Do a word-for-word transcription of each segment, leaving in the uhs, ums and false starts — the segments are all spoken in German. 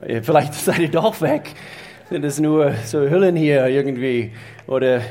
Vielleicht seid ihr doch weg. Sind es nur so Hüllen hier irgendwie? Oder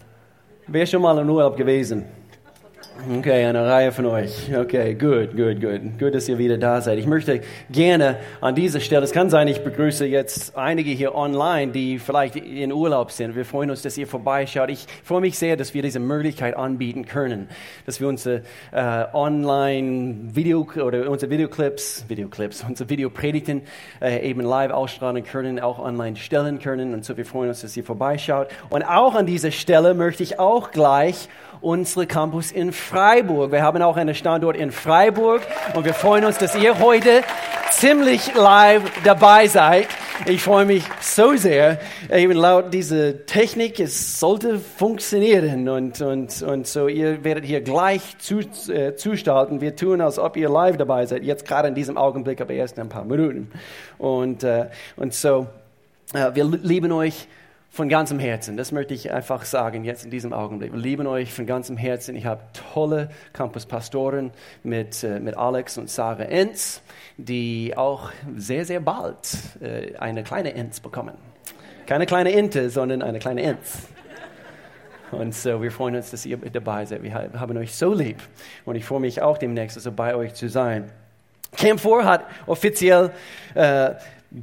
wer ist schon mal im Urlaub gewesen? Okay, eine Reihe von euch. Okay, gut, gut, gut. Gut, dass ihr wieder da seid. Ich möchte gerne an dieser Stelle, es kann sein, ich begrüße jetzt einige hier online, die vielleicht in Urlaub sind. Wir freuen uns, dass ihr vorbeischaut. Ich freue mich sehr, dass wir diese Möglichkeit anbieten können, dass wir unsere äh, Online-Video oder unsere Videoclips, Videoclips, unsere Videopredigten äh, eben live ausstrahlen können, auch online stellen können. Und so, wir freuen uns, dass ihr vorbeischaut. Und auch an dieser Stelle möchte ich auch gleich unsere Campus in Freiburg. Wir haben auch einen Standort in Freiburg und wir freuen uns, dass ihr heute ziemlich live dabei seid. Ich freue mich so sehr. Eben laut dieser Technik, es sollte funktionieren und, und, und so, ihr werdet hier gleich zu, äh, zustarten. Wir tun, als ob ihr live dabei seid, jetzt gerade in diesem Augenblick, aber erst in ein paar Minuten. Und, äh, und so, äh, wir lieben euch von ganzem Herzen. Das möchte ich einfach sagen jetzt in diesem Augenblick. Wir lieben euch von ganzem Herzen. Ich habe tolle Campuspastoren mit, äh, mit Alex und Sarah Enz, die auch sehr, sehr bald äh, eine kleine Enz bekommen. Keine kleine Ente, sondern eine kleine Enz. Und so, wir freuen uns, dass ihr dabei seid. Wir haben euch so lieb. Und ich freue mich auch demnächst, also bei euch zu sein. Camp vier hat offiziell äh,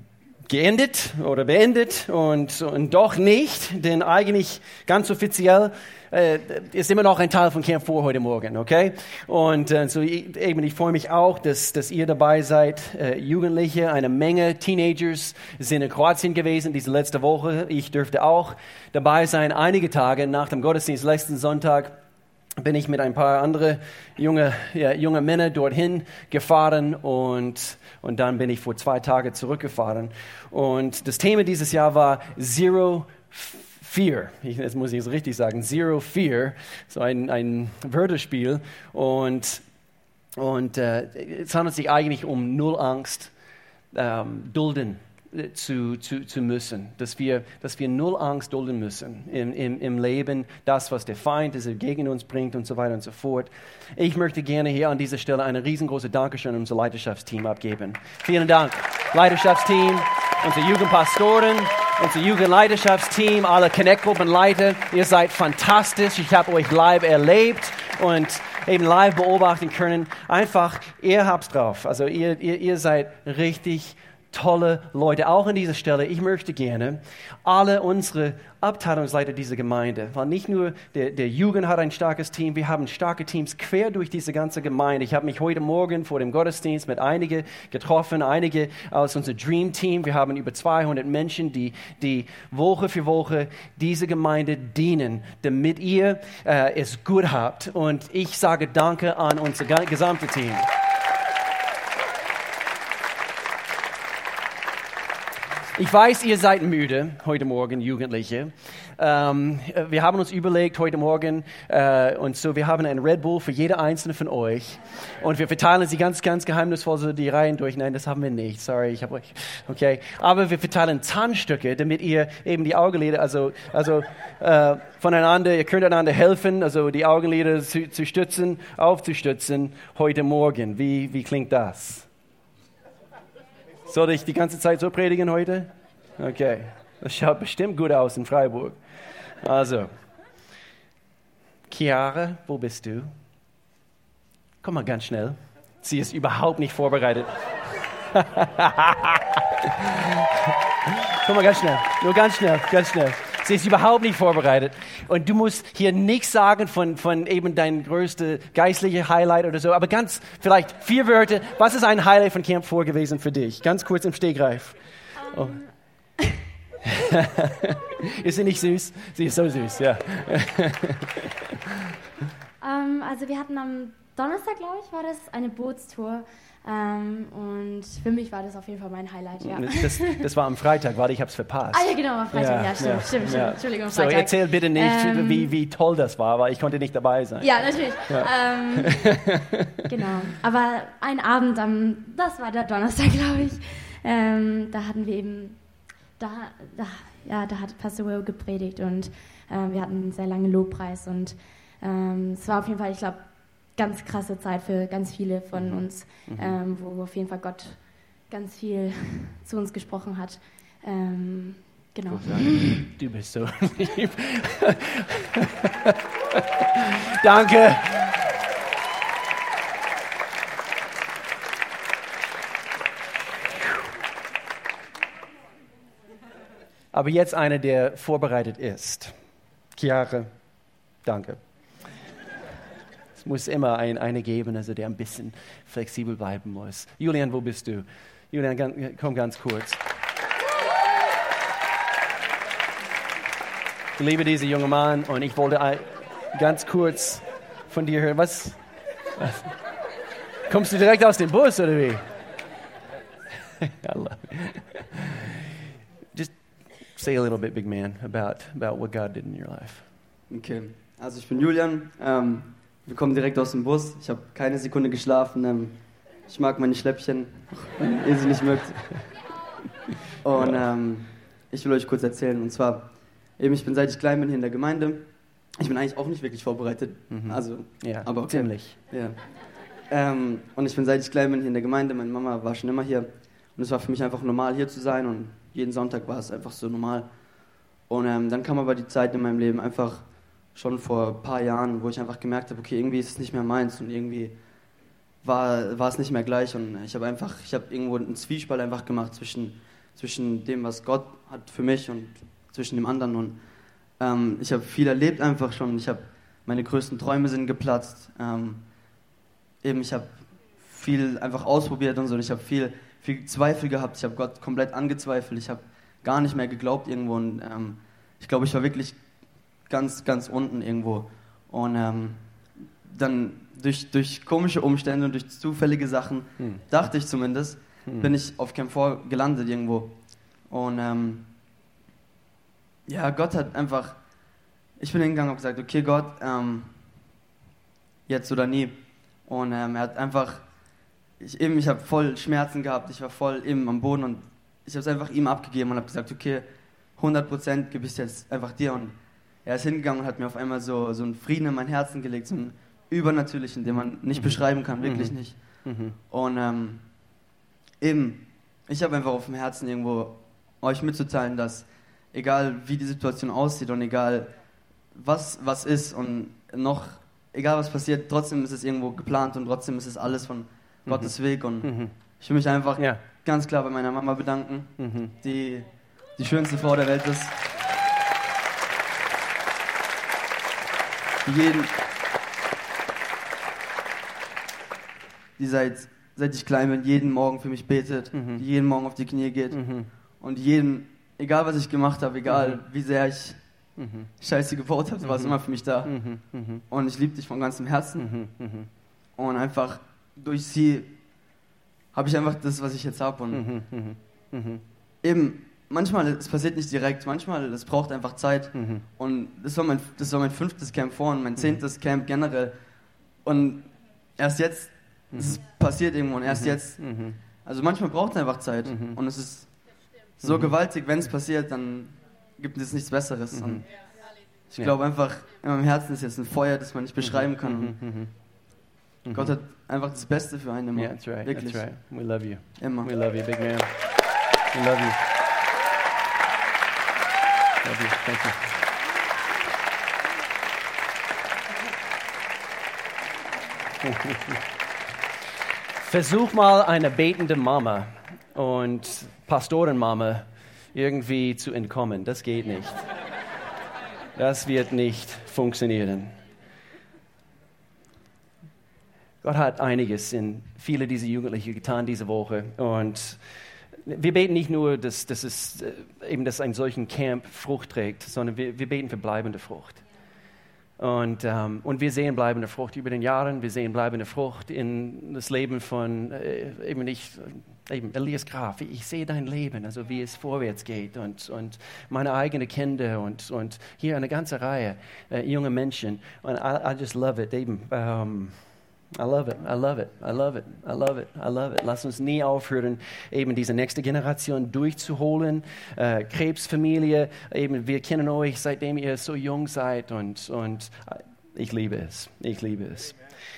geendet oder beendet und, und doch nicht, denn eigentlich ganz offiziell äh, ist immer noch ein Teil von Camp vier heute Morgen, okay? Und äh, so eben, ich freue mich auch, dass, dass ihr dabei seid, äh, Jugendliche, eine Menge Teenagers sind in Kroatien gewesen diese letzte Woche. Ich dürfte auch dabei sein, einige Tage nach dem Gottesdienst letzten Sonntag bin ich mit ein paar andere junge, ja, junge Männer dorthin gefahren und, und dann bin ich vor zwei Tagen zurückgefahren. Und das Thema dieses Jahr war Zero Fear. Ich, jetzt muss ich es richtig sagen. Zero Fear. So ein, ein Wörterspiel. Und, und äh, es handelt sich eigentlich um Null Angst, ähm, dulden Zu, zu, zu müssen, dass wir, dass wir null Angst dulden müssen im, im, im Leben, das, was der Feind das er gegen uns bringt und so weiter und so fort. Ich möchte gerne hier an dieser Stelle eine riesengroße Dankeschön an unser Leiterschaftsteam abgeben. Vielen Dank, Leiterschaftsteam, unsere Jugendpastoren, unser Jugendleiterschaftsteam, alle Connect-Gruppenleiter, ihr seid fantastisch, ich habe euch live erlebt und eben live beobachten können. Einfach, ihr habt's drauf, also ihr, ihr, ihr seid richtig tolle Leute, auch an dieser Stelle. Ich möchte gerne alle unsere Abteilungsleiter dieser Gemeinde, weil nicht nur der, der Jugend hat ein starkes Team, wir haben starke Teams quer durch diese ganze Gemeinde. Ich habe mich heute Morgen vor dem Gottesdienst mit einigen getroffen, einige aus unserem Dream Team. Wir haben über zweihundert Menschen, die, die Woche für Woche diese Gemeinde dienen, damit ihr äh, es gut habt. Und ich sage Danke an unser gesamtes Team. Ich weiß, ihr seid müde heute Morgen, Jugendliche. Ähm, wir haben uns überlegt heute Morgen, äh, und so, wir haben einen Red Bull für jede einzelne von euch. Und wir verteilen sie ganz, ganz geheimnisvoll so die Reihen durch. Nein, das haben wir nicht. Sorry, ich habe euch, okay. Aber wir verteilen Zahnstücke, damit ihr eben die Augenlider, also, also, äh, voneinander, ihr könnt einander helfen, also die Augenlider zu, zu stützen, aufzustützen heute Morgen. Wie, wie klingt das? Soll ich die ganze Zeit so predigen heute? Okay. Das schaut bestimmt gut aus in Freiburg. Also, Chiara, wo bist du? Komm mal ganz schnell. Sie ist überhaupt nicht vorbereitet. Komm mal ganz schnell. Nur ganz schnell, ganz schnell. Sie ist überhaupt nicht vorbereitet. Und du musst hier nichts sagen von, von eben dein größte geistliche Highlight oder so, aber ganz, vielleicht vier Wörter. Was ist ein Highlight von Camp vier gewesen für dich? Ganz kurz im Stegreif. Um. Oh. Ist sie nicht süß? Sie ist so süß, ja. um, also wir hatten am Donnerstag, glaube ich, war das eine Bootstour. Ähm, und für mich war das auf jeden Fall mein Highlight, ja. Das, das war am Freitag, warte, ich habe es verpasst. Ah ja, genau, am Freitag, ja, ja stimmt, ja, stimmt, ja. stimmt, Entschuldigung, Freitag. So, erzähl bitte nicht, ähm, wie, wie toll das war, weil ich konnte nicht dabei sein. Ja, natürlich. Ja. Ähm, genau, aber ein Abend, am, das war der Donnerstag, glaube ich, ähm, da hatten wir eben, da, da, ja, da hat Pastor Will gepredigt und äh, wir hatten einen sehr langen Lobpreis und ähm, es war auf jeden Fall, ich glaube, ganz krasse Zeit für ganz viele von uns, mhm. ähm, wo auf jeden Fall Gott ganz viel zu uns gesprochen hat. Ähm, genau. Du bist so lieb. Danke. Aber jetzt einer, der vorbereitet ist. Chiara, danke. Es muss immer ein, eine geben, also der ein bisschen flexibel bleiben muss. Julian, wo bist du? Julian, komm ganz kurz. Ich liebe diesen jungen Mann und ich wollte ganz kurz von dir hören. Was? Was? Kommst du direkt aus dem Bus oder wie? I love it. Just say a little bit, big man, about, about what God did in your life. Okay, also ich bin Julian. Ähm, wir kommen direkt aus dem Bus. Ich habe keine Sekunde geschlafen. Ähm, ich mag meine Schläppchen, wenn ihr sie nicht mögt. Und ähm, ich will euch kurz erzählen. Und zwar, eben, ich bin seit ich klein bin hier in der Gemeinde. Ich bin eigentlich auch nicht wirklich vorbereitet. Mhm. Also, ja, aber okay. ziemlich. Ja. Ähm, und ich bin seit ich klein bin hier in der Gemeinde. Meine Mama war schon immer hier. Und es war für mich einfach normal, hier zu sein. Und jeden Sonntag war es einfach so normal. Und ähm, dann kam aber die Zeit in meinem Leben einfach schon vor ein paar Jahren, wo ich einfach gemerkt habe, okay, irgendwie ist es nicht mehr meins und irgendwie war, war es nicht mehr gleich. Und ich habe einfach, ich habe irgendwo einen Zwiespalt einfach gemacht zwischen, zwischen dem, was Gott hat für mich und zwischen dem anderen. Und ähm, ich habe viel erlebt einfach schon. Ich habe, meine größten Träume sind geplatzt. Ähm, eben, ich habe viel einfach ausprobiert und so. Und ich habe viel, viel Zweifel gehabt. Ich habe Gott komplett angezweifelt. Ich habe gar nicht mehr geglaubt irgendwo. Und ähm, ich glaube, ich war wirklich ganz, ganz unten irgendwo. Und ähm, dann durch, durch komische Umstände und durch zufällige Sachen, hm. dachte ich zumindest, hm. bin ich auf Camp vier gelandet irgendwo. Und ähm, ja, Gott hat einfach, ich bin hingegangen und gesagt, okay Gott, ähm, jetzt oder nie. Und ähm, er hat einfach, ich, eben, ich habe voll Schmerzen gehabt, ich war voll eben am Boden und ich habe es einfach ihm abgegeben und habe gesagt, okay, hundert Prozent gebe ich es jetzt einfach dir. Und er ist hingegangen und hat mir auf einmal so, so einen Frieden in mein Herzen gelegt, so einen übernatürlichen, den man nicht mhm. beschreiben kann, wirklich mhm. nicht. Mhm. Und ähm, eben, ich habe einfach auf dem Herzen irgendwo euch mitzuteilen, dass egal wie die Situation aussieht und egal was, was ist und noch, egal was passiert, trotzdem ist es irgendwo geplant und trotzdem ist es alles von mhm. Gottes Weg. Und mhm. ich will mich einfach ja. ganz klar bei meiner Mama bedanken, mhm. die die schönste Frau der Welt ist. Die jeden, die seit, seit ich klein bin, jeden Morgen für mich betet, mhm. die jeden Morgen auf die Knie geht mhm. und jeden, egal was ich gemacht habe, egal mhm. wie sehr ich mhm. Scheiße gebaut habe, mhm. war es immer für mich da. Mhm. Mhm. Und ich liebe dich von ganzem Herzen. Mhm. Mhm. Und einfach durch sie habe ich einfach das, was ich jetzt habe. Und mhm. Mhm. eben, manchmal, es passiert nicht direkt, manchmal, es braucht einfach Zeit. Mhm. Und das war, mein, das war mein fünftes Camp vorhin, mein zehntes mhm. Camp generell. Und erst jetzt, mhm. es ist passiert irgendwo und erst mhm. jetzt, mhm. also manchmal braucht es einfach Zeit. Mhm. Und es ist so mhm. gewaltig, wenn es passiert, dann gibt es nichts Besseres. Mhm. Und ich ja. glaube einfach, in meinem Herzen ist jetzt ein Feuer, das man nicht beschreiben kann. Und mhm. Mhm. Gott hat einfach das Beste für einen immer. Yeah, that's right. Wirklich. That's right. We love you. Immer. We love you, big man. We love you. Love you. Thank you. Versuch mal eine betende Mama und Pastorenmama irgendwie zu entkommen. Das geht nicht. Das wird nicht funktionieren. Gott hat einiges in viele dieser Jugendlichen getan diese Woche. Und wir beten nicht nur, dass, dass, es, eben, dass ein solchen Camp Frucht trägt, sondern wir, wir beten für bleibende Frucht. Und, ähm, und wir sehen bleibende Frucht über den Jahren. Wir sehen bleibende Frucht in das Leben von äh, eben nicht, eben Elias Graf. Ich sehe dein Leben, also wie es vorwärts geht und, und meine eigenen Kinder und, und hier eine ganze Reihe äh, junge Menschen. Und I, I just love it. Eben, um, I love it, I love it, I love it, I love it, I love it. Lass uns nie aufhören, eben diese nächste Generation durchzuholen. Äh, Krebsfamilie, eben wir kennen euch, seitdem ihr so jung seid und, und ich liebe es, ich liebe es.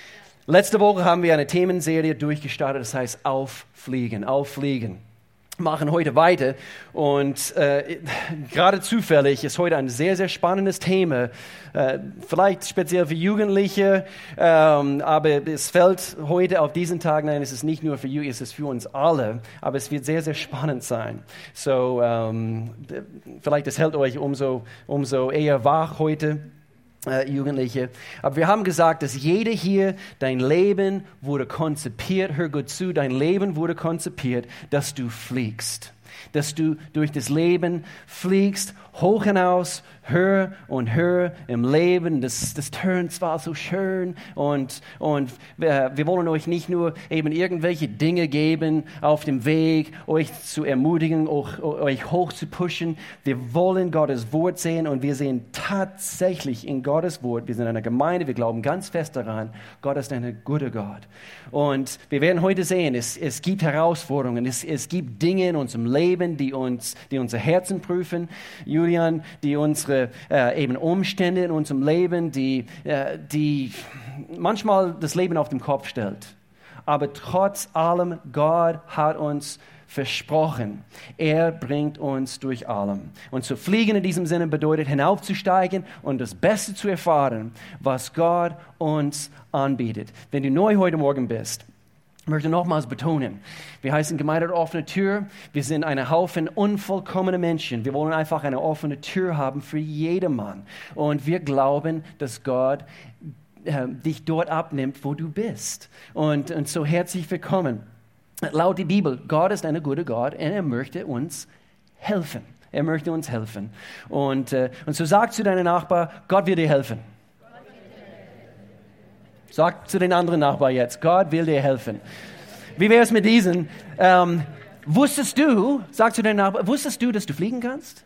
Letzte Woche haben wir eine Themenserie durchgestartet, das heißt Auffliegen, Auffliegen. Machen heute weiter und äh, gerade zufällig ist heute ein sehr, sehr spannendes Thema, äh, vielleicht speziell für Jugendliche, ähm, aber es fällt heute auf diesen Tag, nein, es ist nicht nur für Jugendliche, es ist für uns alle, aber es wird sehr, sehr spannend sein. So, ähm, vielleicht das hält euch umso, umso eher wach heute. Äh, Jugendliche. Aber wir haben gesagt, dass jeder hier, dein Leben wurde konzipiert, hör gut zu, dein Leben wurde konzipiert, dass du fliegst. Dass du durch das Leben fliegst, hoch hinaus, höher und höher im Leben. Das, das tönt zwar so schön und, und wir, wir wollen euch nicht nur eben irgendwelche Dinge geben auf dem Weg, euch zu ermutigen, euch, euch hoch zu pushen. Wir wollen Gottes Wort sehen und wir sehen tatsächlich in Gottes Wort, wir sind eine Gemeinde, wir glauben ganz fest daran, Gott ist ein guter Gott. Und wir werden heute sehen, es, es gibt Herausforderungen, es, es gibt Dinge in unserem Leben, die uns, die unser Herzen prüfen, Julian, die unsere äh, eben Umstände in unserem Leben, die, äh, die manchmal das Leben auf den Kopf stellt. Aber trotz allem, Gott hat uns versprochen, er bringt uns durch allem. Und zu fliegen in diesem Sinne bedeutet, hinaufzusteigen und das Beste zu erfahren, was Gott uns anbietet. Wenn du neu heute Morgen bist, ich möchte nochmals betonen, wir heißen Gemeinde der offenen Tür, wir sind ein Haufen unvollkommener Menschen. Wir wollen einfach eine offene Tür haben für jedermann. Und wir glauben, dass Gott äh, dich dort abnimmt, wo du bist. Und, und so herzlich willkommen. Laut der Bibel, Gott ist ein guter Gott und er möchte uns helfen. Er möchte uns helfen. Und, äh, und so sag zu deinem Nachbar, Gott will dir helfen. Sag zu den anderen Nachbarn jetzt, Gott will dir helfen. Wie wäre es mit diesen? Ähm, wusstest du, sag zu deinem Nachbarn, wusstest du, dass du fliegen kannst?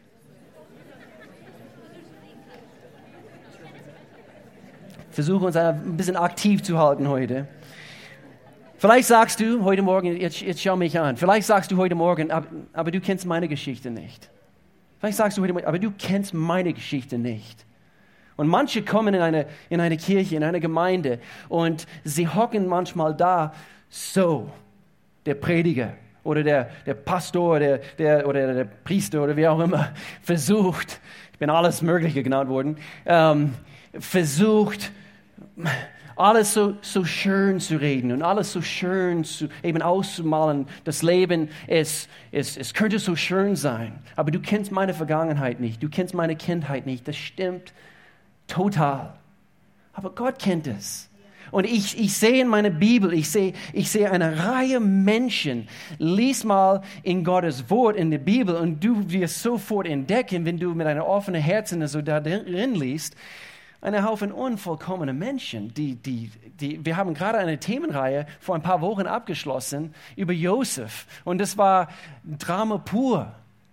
Versuche uns ein bisschen aktiv zu halten heute. Vielleicht sagst du heute Morgen, jetzt, jetzt schau mich an, vielleicht sagst du heute Morgen, aber, aber du kennst meine Geschichte nicht. Vielleicht sagst du heute Morgen, aber du kennst meine Geschichte nicht. Und manche kommen in eine, in eine Kirche, in eine Gemeinde und sie hocken manchmal da, so, der Prediger oder der, der Pastor der, der, oder der Priester oder wie auch immer versucht, ich bin alles Mögliche genannt worden, ähm, versucht, alles so, so schön zu reden und alles so schön zu, eben auszumalen. Das Leben, es, es, es könnte so schön sein, aber du kennst meine Vergangenheit nicht, du kennst meine Kindheit nicht, das stimmt total. Aber Gott kennt es. Und ich, ich sehe in meiner Bibel, ich sehe, ich sehe eine Reihe Menschen. Lies mal in Gottes Wort in der Bibel und du wirst sofort entdecken, wenn du mit einem offenen Herzen so da drin liest, eine Haufen unvollkommener Menschen. Die, die, die, wir haben gerade eine Themenreihe vor ein paar Wochen abgeschlossen über Josef. Und das war Drama pur.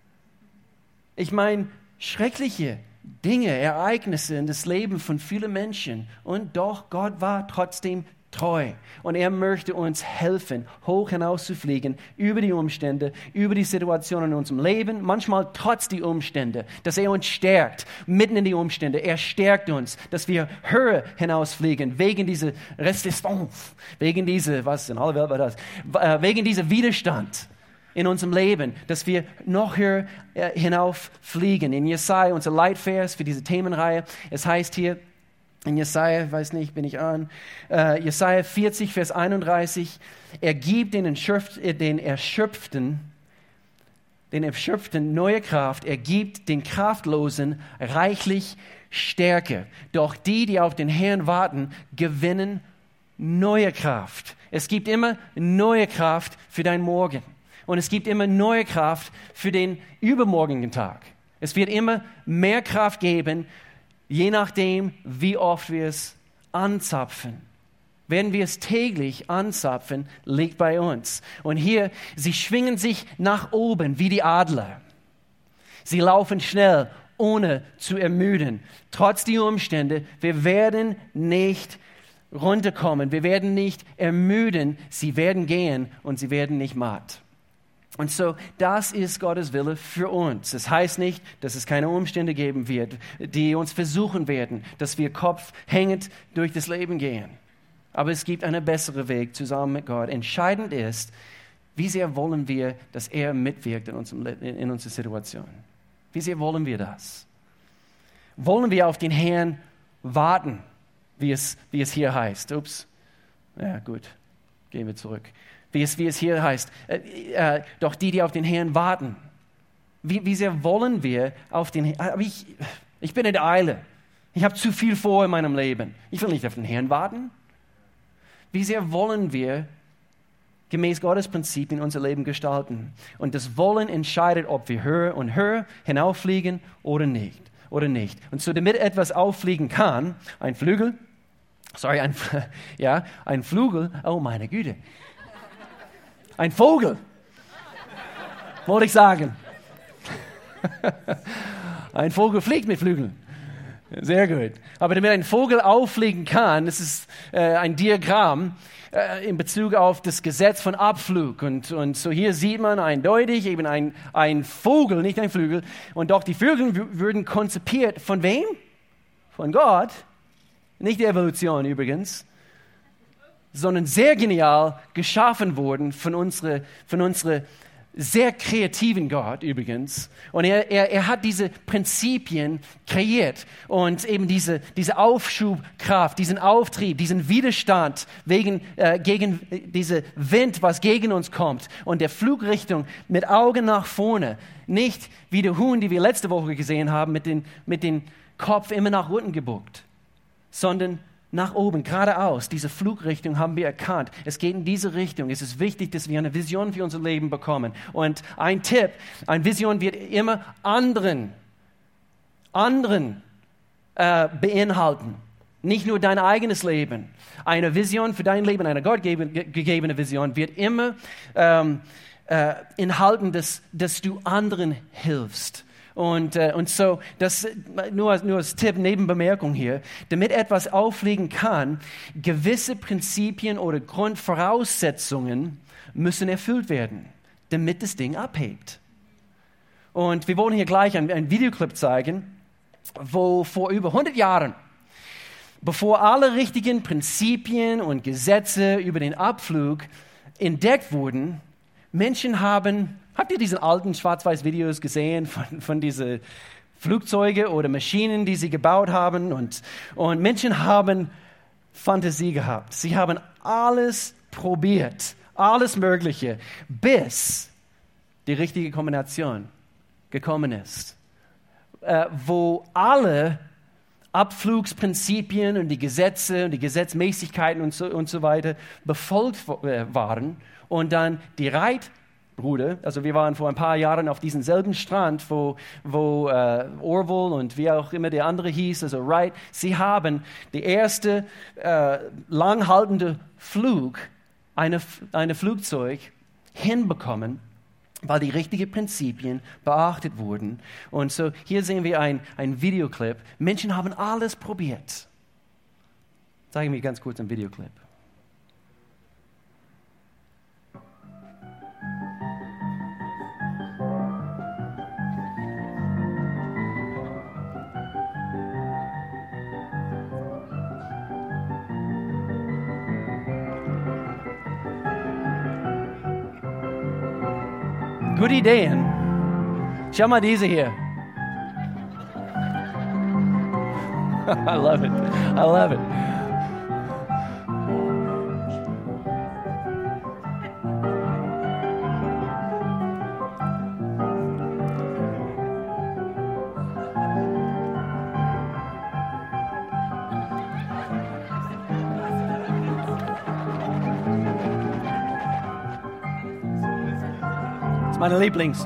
Ich meine, schreckliche Dinge, Ereignisse in das Leben von vielen Menschen. Und doch, Gott war trotzdem treu. Und er möchte uns helfen, hoch hinaus zu fliegen, über die Umstände, über die Situationen in unserem Leben, manchmal trotz die Umstände, dass er uns stärkt, mitten in die Umstände. Er stärkt uns, dass wir höher hinausfliegen, wegen dieser Resistance, wegen dieser, was in aller Welt war das, wegen dieser Widerstand in unserem Leben, dass wir noch höher äh, hinauf fliegen. In Jesaja, unser Leitvers für diese Themenreihe, es heißt hier in Jesaja, ich weiß nicht, bin ich an, äh, Jesaja vierzig, Vers einunddreißig, er gibt den, Erschöpf, äh, den Erschöpften, den Erschöpften neue Kraft, er gibt den Kraftlosen reichlich Stärke. Doch die, die auf den Herrn warten, gewinnen neue Kraft. Es gibt immer neue Kraft für dein Morgen. Und es gibt immer neue Kraft für den übermorgigen Tag. Es wird immer mehr Kraft geben, je nachdem, wie oft wir es anzapfen. Werden wir es täglich anzapfen, liegt bei uns. Und hier, sie schwingen sich nach oben wie die Adler. Sie laufen schnell, ohne zu ermüden. Trotz der Umstände, wir werden nicht runterkommen, wir werden nicht ermüden, sie werden gehen und sie werden nicht matt. Und so, das ist Gottes Wille für uns. Das heißt nicht, dass es keine Umstände geben wird, die uns versuchen werden, dass wir kopfhängend durch das Leben gehen. Aber es gibt einen besseren Weg zusammen mit Gott. Entscheidend ist, wie sehr wollen wir, dass er mitwirkt in, unserem, in unserer Situation? Wie sehr wollen wir das? Wollen wir auf den Herrn warten, wie es, wie es hier heißt? Ups, ja gut, gehen wir zurück. Wie es, wie es hier heißt, äh, äh, doch die, die auf den Herrn warten. Wie, wie sehr wollen wir auf den Herrn? Aber ich, ich bin in der Eile. Ich habe zu viel vor in meinem Leben. Ich will nicht auf den Herrn warten. Wie sehr wollen wir gemäß Gottes Prinzipien unser Leben gestalten? Und das Wollen entscheidet, ob wir höher und höher hinauffliegen oder nicht. Oder nicht. Und so, damit etwas auffliegen kann, ein Flügel, sorry, ein, ja, ein Flügel, oh meine Güte, ein Vogel, wollte ich sagen. Ein Vogel fliegt mit Flügeln. Sehr gut. Aber damit ein Vogel auffliegen kann, das ist äh, ein Diagramm äh, in Bezug auf das Gesetz von Abflug. Und, und so hier sieht man eindeutig eben ein, ein Vogel, nicht ein Flügel. Und doch die Vögel w- würden konzipiert von wem? Von Gott. Nicht die Evolution übrigens, sondern sehr genial geschaffen wurden von unserer von unsere sehr kreativen Gott übrigens. Und er, er, er hat diese Prinzipien kreiert und eben diese, diese Aufschubkraft, diesen Auftrieb, diesen Widerstand wegen, äh, gegen diese Wind, was gegen uns kommt und der Flugrichtung mit Augen nach vorne. Nicht wie der Huhn, die wir letzte Woche gesehen haben, mit dem mit den Kopf immer nach unten gebuckt, sondern nach oben, geradeaus. Diese Flugrichtung haben wir erkannt. Es geht in diese Richtung. Es ist wichtig, dass wir eine Vision für unser Leben bekommen. Und ein Tipp, eine Vision wird immer anderen, anderen äh, beinhalten. Nicht nur dein eigenes Leben. Eine Vision für dein Leben, eine gottgegebene Vision wird immer ähm, äh, enthalten, dass, dass du anderen hilfst. Und, äh, und so, das nur, nur als Tipp, Nebenbemerkung hier, damit etwas auffliegen kann, gewisse Prinzipien oder Grundvoraussetzungen müssen erfüllt werden, damit das Ding abhebt. Und wir wollen hier gleich einen, einen Videoclip zeigen, wo vor über hundert Jahren, bevor alle richtigen Prinzipien und Gesetze über den Abflug entdeckt wurden, Menschen haben... Habt ihr diese alten Schwarz-Weiß-Videos gesehen von, von diesen Flugzeugen oder Maschinen, die sie gebaut haben? Und, und Menschen haben Fantasie gehabt. Sie haben alles probiert, alles Mögliche, bis die richtige Kombination gekommen ist, äh, wo alle Abflugsprinzipien und die Gesetze und die Gesetzmäßigkeiten und so, und so weiter befolgt äh, waren und dann die Reit Bruder, also wir waren vor ein paar Jahren auf diesem selben Strand, wo, wo äh, Orville und wie auch immer der andere hieß, also Wright, sie haben die erste äh, langhaltende Flug, eine, eine Flugzeug hinbekommen, weil die richtigen Prinzipien beachtet wurden. Und so hier sehen wir ein, ein Videoclip. Menschen haben alles probiert. Zeige mir ganz kurz einen Videoclip. Gute Ideen. Schau mal diese hier. I love it. I love it. Meine Lieblings.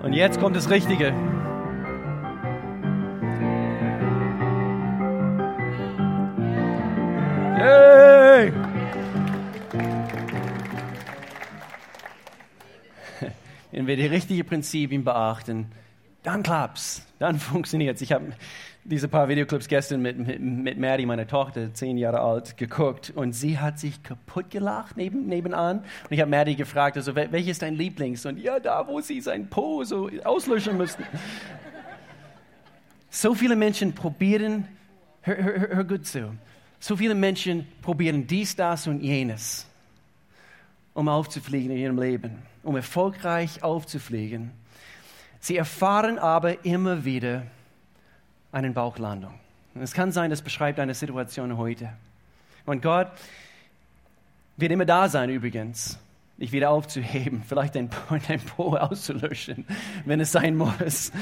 Und jetzt kommt das Richtige. Yay! Wenn wir die richtigen Prinzipien beachten, dann klappt's, dann funktioniert's. Ich habe diese paar Videoclips gestern mit, mit, mit Maddie, meiner Tochter, zehn Jahre alt, geguckt und sie hat sich kaputt gelacht neben, nebenan. Und ich habe Maddie gefragt, also, welches ist dein Lieblings? Und ja, da, wo sie sein Po so auslöschen müssten. So viele Menschen probieren, hör, hör, hör gut zu, so viele Menschen probieren dies, das und jenes, um aufzufliegen in ihrem Leben, um erfolgreich aufzufliegen. Sie erfahren aber immer wieder eine Bauchlandung. Und es kann sein, das beschreibt eine Situation heute. Und Gott wird immer da sein übrigens, dich wieder aufzuheben, vielleicht dein Po, dein Po auszulöschen, wenn es sein muss.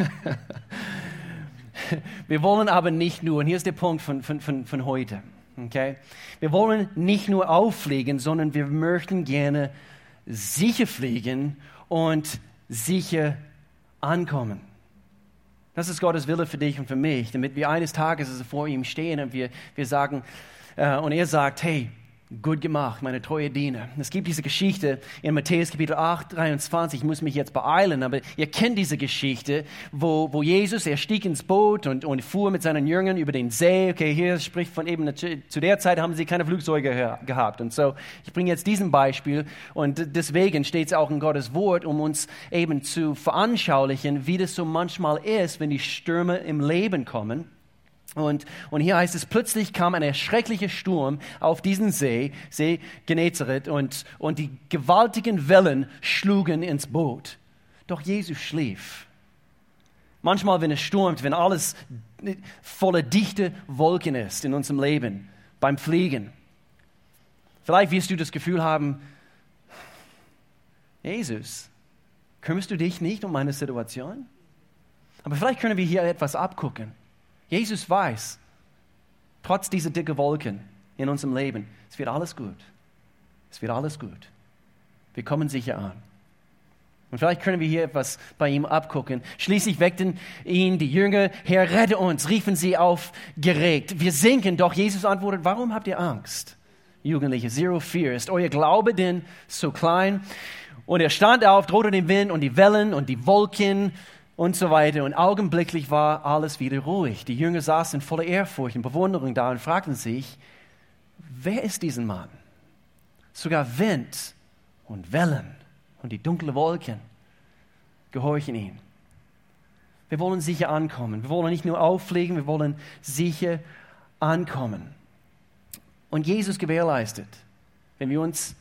Wir wollen aber nicht nur, und hier ist der Punkt von, von, von, von heute, okay? Wir wollen nicht nur auffliegen, sondern wir möchten gerne sicher fliegen und sicher ankommen. Das ist Gottes Wille für dich und für mich, damit wir eines Tages also vor ihm stehen und wir, wir sagen, äh, und er sagt, hey, gut gemacht, meine treue Diener. Es gibt diese Geschichte in Matthäus Kapitel acht, dreiundzwanzig, ich muss mich jetzt beeilen, aber ihr kennt diese Geschichte, wo, wo Jesus, er stieg ins Boot und, und fuhr mit seinen Jüngern über den See. Okay, hier spricht von eben, zu der Zeit haben sie keine Flugzeuge gehabt. Und so, ich bringe jetzt diesen Beispiel und deswegen steht es auch in Gottes Wort, um uns eben zu veranschaulichen, wie das so manchmal ist, wenn die Stürme im Leben kommen. Und, und hier heißt es, plötzlich kam ein erschrecklicher Sturm auf diesen See, See Genezareth, und, und die gewaltigen Wellen schlugen ins Boot. Doch Jesus schlief. Manchmal, wenn es stürmt, wenn alles voller dichte Wolken ist in unserem Leben, beim Fliegen, vielleicht wirst du das Gefühl haben, Jesus, kümmerst du dich nicht um meine Situation? Aber vielleicht können wir hier etwas abgucken. Jesus weiß, trotz dieser dicken Wolken in unserem Leben, es wird alles gut. Es wird alles gut. Wir kommen sicher an. Und vielleicht können wir hier etwas bei ihm abgucken. Schließlich weckten ihn die Jünger, Herr, rette uns, riefen sie aufgeregt. Wir sinken, doch Jesus antwortet, warum habt ihr Angst? Jugendliche, zero fear. Ist euer Glaube denn so klein? Und er stand auf, drohte den Wind und die Wellen und die Wolken und so weiter. Und augenblicklich war alles wieder ruhig. Die Jünger saßen voller Ehrfurcht und Bewunderung da und fragten sich, wer ist dieser Mann? Sogar Wind und Wellen und die dunklen Wolken gehorchen ihm. Wir wollen sicher ankommen. Wir wollen nicht nur auffliegen, wir wollen sicher ankommen. Und Jesus gewährleistet, wenn wir uns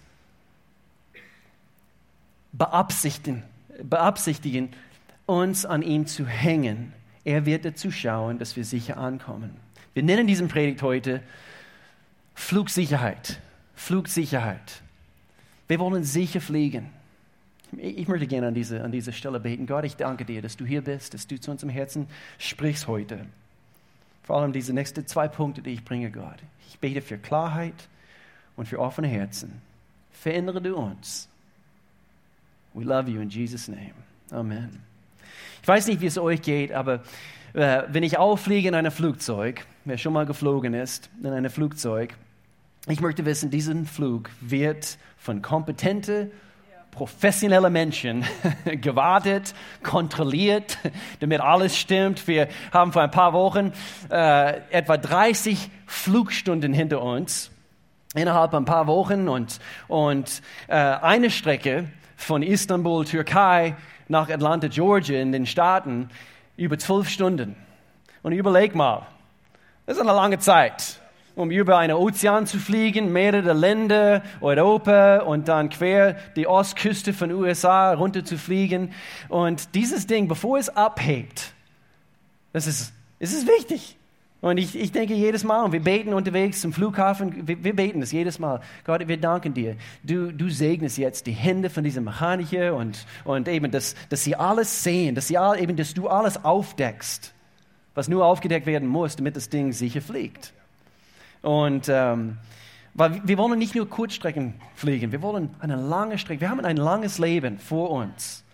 beabsichtigen, beabsichtigen uns an ihm zu hängen, er wird dazu schauen, dass wir sicher ankommen. Wir nennen diesen Predigt heute Flugsicherheit. Flugsicherheit. Wir wollen sicher fliegen. Ich möchte gerne an diese, an diese Stelle beten. Gott, ich danke dir, dass du hier bist, dass du zu unserem Herzen sprichst heute. Vor allem diese nächsten zwei Punkte, die ich bringe, Gott. Ich bete für Klarheit und für offene Herzen. Verändere du uns. We love you in Jesus' name. Amen. Ich weiß nicht, wie es euch geht, aber äh, wenn ich auffliege in einem Flugzeug, wer schon mal geflogen ist, in einem Flugzeug, ich möchte wissen, diesen Flug wird von kompetenten, professionellen Menschen gewartet, kontrolliert, damit alles stimmt. Wir haben vor ein paar Wochen äh, etwa dreißig Flugstunden hinter uns, innerhalb ein paar Wochen und, und äh, eine Strecke von Istanbul, Türkei, nach Atlanta, Georgia in den Staaten über zwölf Stunden. Und überleg mal, das ist eine lange Zeit, um über einen Ozean zu fliegen, mehrere Länder, Europa und dann quer die Ostküste von U S A runter zu fliegen. Und dieses Ding, bevor es abhebt, das ist, das ist wichtig. Und ich, ich denke jedes Mal, und wir beten unterwegs zum Flughafen, wir, wir beten das jedes Mal. Gott, wir danken dir. Du, du segnest jetzt die Hände von diesem Mechaniker und, und eben, dass, dass sie alles sehen, dass, sie all, eben, dass du alles aufdeckst, was nur aufgedeckt werden muss, damit das Ding sicher fliegt. Und ähm, weil wir wollen nicht nur Kurzstrecken fliegen, wir wollen eine lange Strecke, wir haben ein langes Leben vor uns.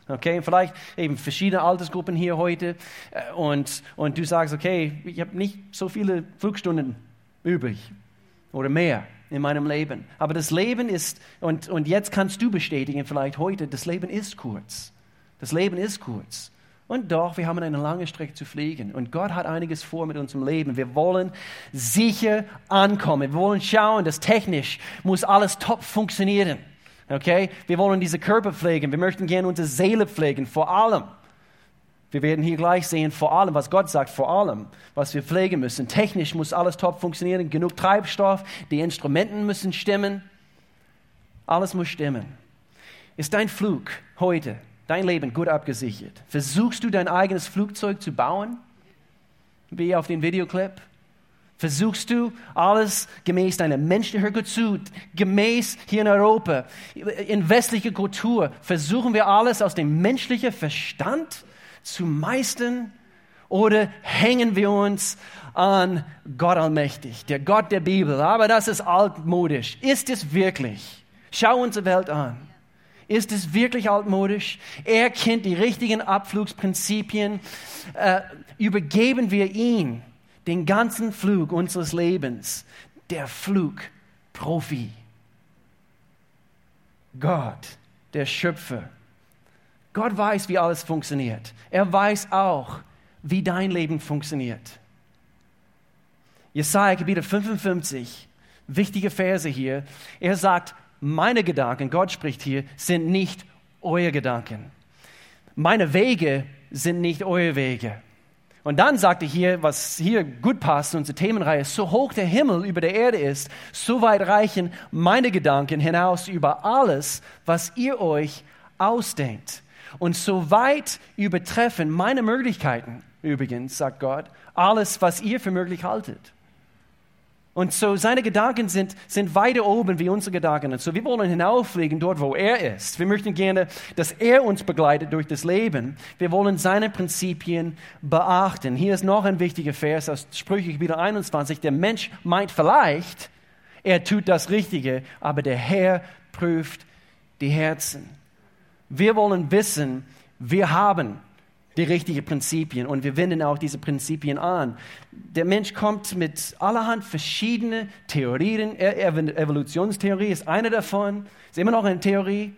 Okay, vielleicht eben verschiedene Altersgruppen hier heute und, und du sagst, okay, ich habe nicht so viele Flugstunden übrig oder mehr in meinem Leben. Aber das Leben ist, und, und jetzt kannst du bestätigen vielleicht heute, das Leben ist kurz. Das Leben ist kurz. Und doch, wir haben eine lange Strecke zu fliegen. Und Gott hat einiges vor mit unserem Leben. Wir wollen sicher ankommen. Wir wollen schauen, dass technisch muss alles top funktionieren. Okay? Wir wollen diese Körper pflegen. Wir möchten gerne unsere Seele pflegen, vor allem. Wir werden hier gleich sehen, vor allem, was Gott sagt, vor allem, was wir pflegen müssen. Technisch muss alles top funktionieren, genug Treibstoff, die Instrumenten müssen stimmen. Alles muss stimmen. Ist dein Flug heute, dein Leben gut abgesichert? Versuchst du, dein eigenes Flugzeug zu bauen? Wie auf dem Videoclip? Versuchst du, alles gemäß deiner menschlichen, hör gut zu, gemäß hier in Europa, in westlicher Kultur, versuchen wir alles aus dem menschlichen Verstand zu meistern, oder hängen wir uns an Gott allmächtig, der Gott der Bibel? Aber das ist altmodisch. Ist es wirklich? Schau unsere Welt an. Ist es wirklich altmodisch? Er kennt die richtigen Abflugsprinzipien. Äh, übergeben wir ihn den ganzen Flug unseres Lebens. Der Flugprofi. Gott, der Schöpfer. Gott weiß, wie alles funktioniert. Er weiß auch, wie dein Leben funktioniert. Jesaja Kapitel fünfundfünfzig, wichtige Verse hier. Er sagt, meine Gedanken, Gott spricht hier, sind nicht eure Gedanken. Meine Wege sind nicht eure Wege. Und dann sagt er hier, was hier gut passt, unsere Themenreihe, so hoch der Himmel über der Erde ist, so weit reichen meine Gedanken hinaus über alles, was ihr euch ausdenkt. Und so weit übertreffen meine Möglichkeiten, übrigens, sagt Gott, alles, was ihr für möglich haltet. Und so seine Gedanken sind, sind weiter oben wie unsere Gedanken. Und so wir wollen hinauffliegen dort, wo er ist. Wir möchten gerne, dass er uns begleitet durch das Leben. Wir wollen seine Prinzipien beachten. Hier ist noch ein wichtiger Vers aus Sprüche Kapitel einundzwanzig. Der Mensch meint vielleicht, er tut das Richtige, aber der Herr prüft die Herzen. Wir wollen wissen, wir haben die richtigen Prinzipien und wir wenden auch diese Prinzipien an. Der Mensch kommt mit allerhand verschiedenen Theorien. Evolutionstheorie ist eine davon, ist immer noch eine Theorie.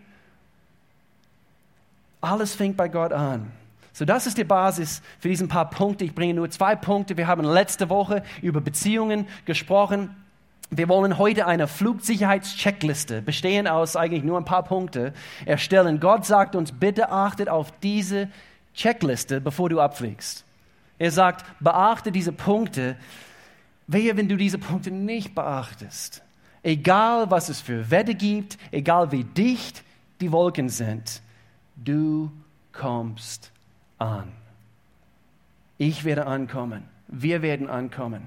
Alles fängt bei Gott an. So, das ist die Basis für diesen paar Punkte. Ich bringe nur zwei Punkte. Wir haben letzte Woche über Beziehungen gesprochen. Wir wollen heute eine Flugsicherheitscheckliste, bestehend aus eigentlich nur ein paar Punkte, erstellen. Gott sagt uns, bitte achtet auf diese Checkliste, bevor du abfliegst. Er sagt, beachte diese Punkte. Wehe, wenn du diese Punkte nicht beachtest. Egal, was es für Wetter gibt, egal wie dicht die Wolken sind, du kommst an. Ich werde ankommen. Wir werden ankommen.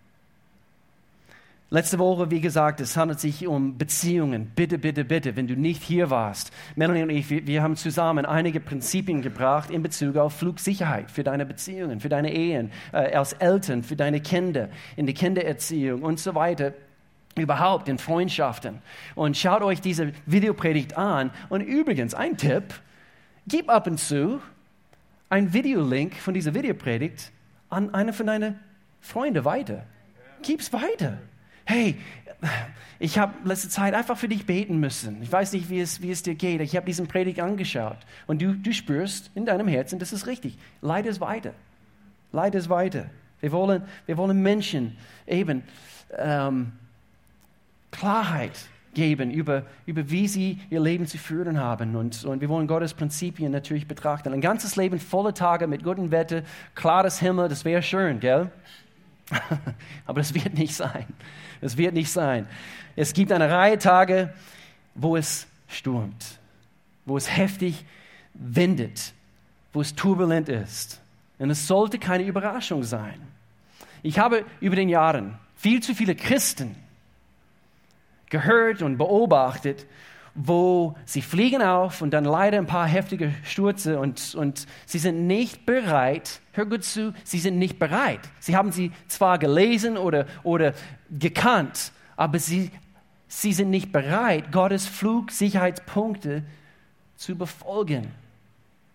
Letzte Woche, wie gesagt, es handelt sich um Beziehungen. Bitte, bitte, bitte, wenn du nicht hier warst. Melanie und ich, wir, wir haben zusammen einige Prinzipien gebracht in Bezug auf Flugsicherheit für deine Beziehungen, für deine Ehen, äh, als Eltern, für deine Kinder, in die Kindererziehung und so weiter. Überhaupt in Freundschaften. Und schaut euch diese Videopredigt an. Und übrigens, ein Tipp, gib ab und zu einen Videolink von dieser Videopredigt an einen von deinen Freunden weiter. Gib's weiter. Hey, ich habe letzte Zeit einfach für dich beten müssen. Ich weiß nicht, wie es, wie es dir geht. Ich habe diesen Predigt angeschaut. Und du, du spürst in deinem Herzen, das ist richtig. Leite es weiter. Leite es weiter. Wir wollen, wir wollen Menschen eben ähm, Klarheit geben über, über wie sie ihr Leben zu führen haben. Und, und wir wollen Gottes Prinzipien natürlich betrachten. Ein ganzes Leben voller Tage mit gutem Wetter, klares Himmel, das wäre schön, gell? Aber das wird nicht sein. Es wird nicht sein. Es gibt eine Reihe Tage, wo es stürmt, wo es heftig windet, wo es turbulent ist. Und es sollte keine Überraschung sein. Ich habe über den Jahren viel zu viele Christen gehört und beobachtet, wo sie fliegen auf und dann leider ein paar heftige Stürze und, und sie sind nicht bereit, hör gut zu, sie sind nicht bereit. Sie haben sie zwar gelesen oder, oder gekannt, aber sie, sie sind nicht bereit, Gottes Flugsicherheitspunkte zu befolgen.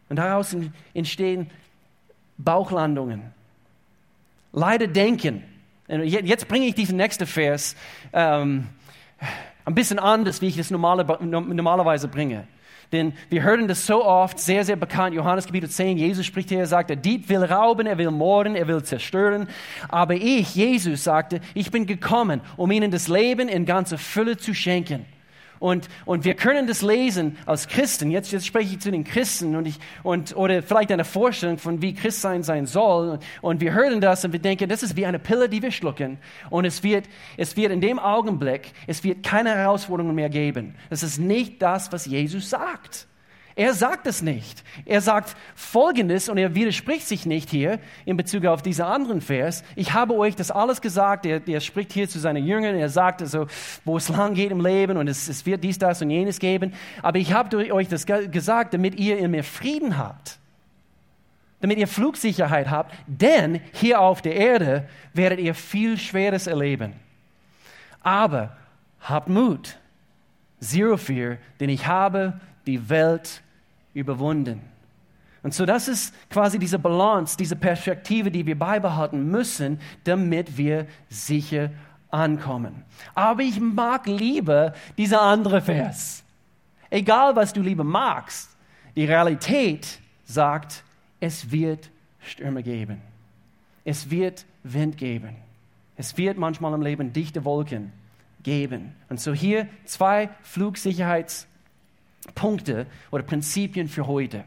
Und daraus entstehen Bauchlandungen. Leider denken. Jetzt bringe ich diesen nächsten Vers ähm, ein bisschen anders, wie ich es normale, normalerweise bringe. Denn wir hören das so oft, sehr, sehr bekannt. Johannes Kapitel zehn, Jesus spricht hier, er sagt, der Dieb will rauben, er will morden, er will zerstören. Aber ich, Jesus, sagte, ich bin gekommen, um ihnen das Leben in ganzer Fülle zu schenken. Und, und wir können das lesen als Christen. Jetzt, jetzt spreche ich zu den Christen und ich, und, oder vielleicht eine Vorstellung von wie Christsein sein soll. Und wir hören das und wir denken, das ist wie eine Pille, die wir schlucken. Und es wird, es wird in dem Augenblick, es wird keine Herausforderungen mehr geben. Das ist nicht das, was Jesus sagt. Er sagt es nicht. Er sagt Folgendes und er widerspricht sich nicht hier in Bezug auf diesen anderen Vers. Ich habe euch das alles gesagt. Er, er spricht hier zu seinen Jüngern. Er sagt also, wo es lang geht im Leben und es, es wird dies, das und jenes geben. Aber ich habe euch das gesagt, damit ihr in mir Frieden habt. Damit ihr Flugsicherheit habt. Denn hier auf der Erde werdet ihr viel Schweres erleben. Aber habt Mut. Zero fear, denn ich habe die Welt überwunden. Und so das ist quasi diese Balance, diese Perspektive, die wir beibehalten müssen, damit wir sicher ankommen. Aber ich mag lieber dieser andere Vers. Egal, was du lieber magst, die Realität sagt, es wird Stürme geben. Es wird Wind geben. Es wird manchmal im Leben dichte Wolken geben. Und so hier zwei Flugsicherheits Punkte oder Prinzipien für heute.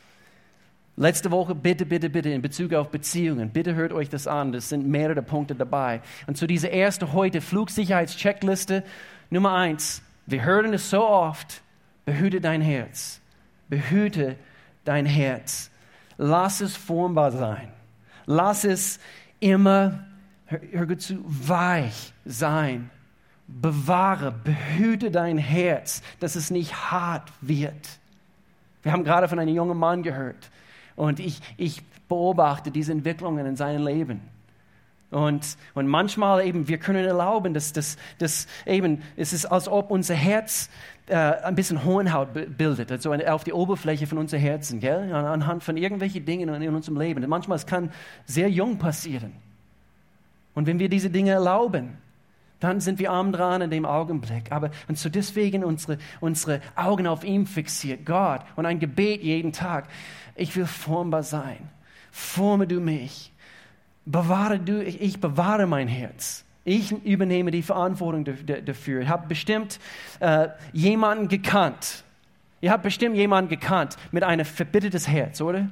Letzte Woche, bitte, bitte, bitte, in Bezug auf Beziehungen, bitte hört euch das an, das sind mehrere Punkte dabei. Und so diese erste heute, Flugsicherheitscheckliste, Nummer eins, wir hören es so oft, behüte dein Herz, behüte dein Herz, lass es formbar sein, lass es immer, hör, hör gut zu, weich sein. Bewahre, behüte dein Herz, dass es nicht hart wird. Wir haben gerade von einem jungen Mann gehört und ich, ich beobachte diese Entwicklungen in seinem Leben. Und, und manchmal eben, wir können erlauben, dass, dass, dass eben, es ist, als ob unser Herz äh, ein bisschen Hornhaut bildet, also auf die Oberfläche von unserem Herzen, gell? Anhand von irgendwelchen Dingen in unserem Leben. Und manchmal es kann sehr jung passieren. Und wenn wir diese Dinge erlauben, dann sind wir arm dran in dem Augenblick. Aber und so deswegen unsere, unsere Augen auf ihn fixiert, Gott, und ein Gebet jeden Tag. Ich will formbar sein. Forme du mich. Bewahre du, ich, ich bewahre mein Herz. Ich übernehme die Verantwortung dafür. Ich habe bestimmt äh, jemanden gekannt. Ihr habt bestimmt jemanden gekannt mit einem verbittertes Herz, oder?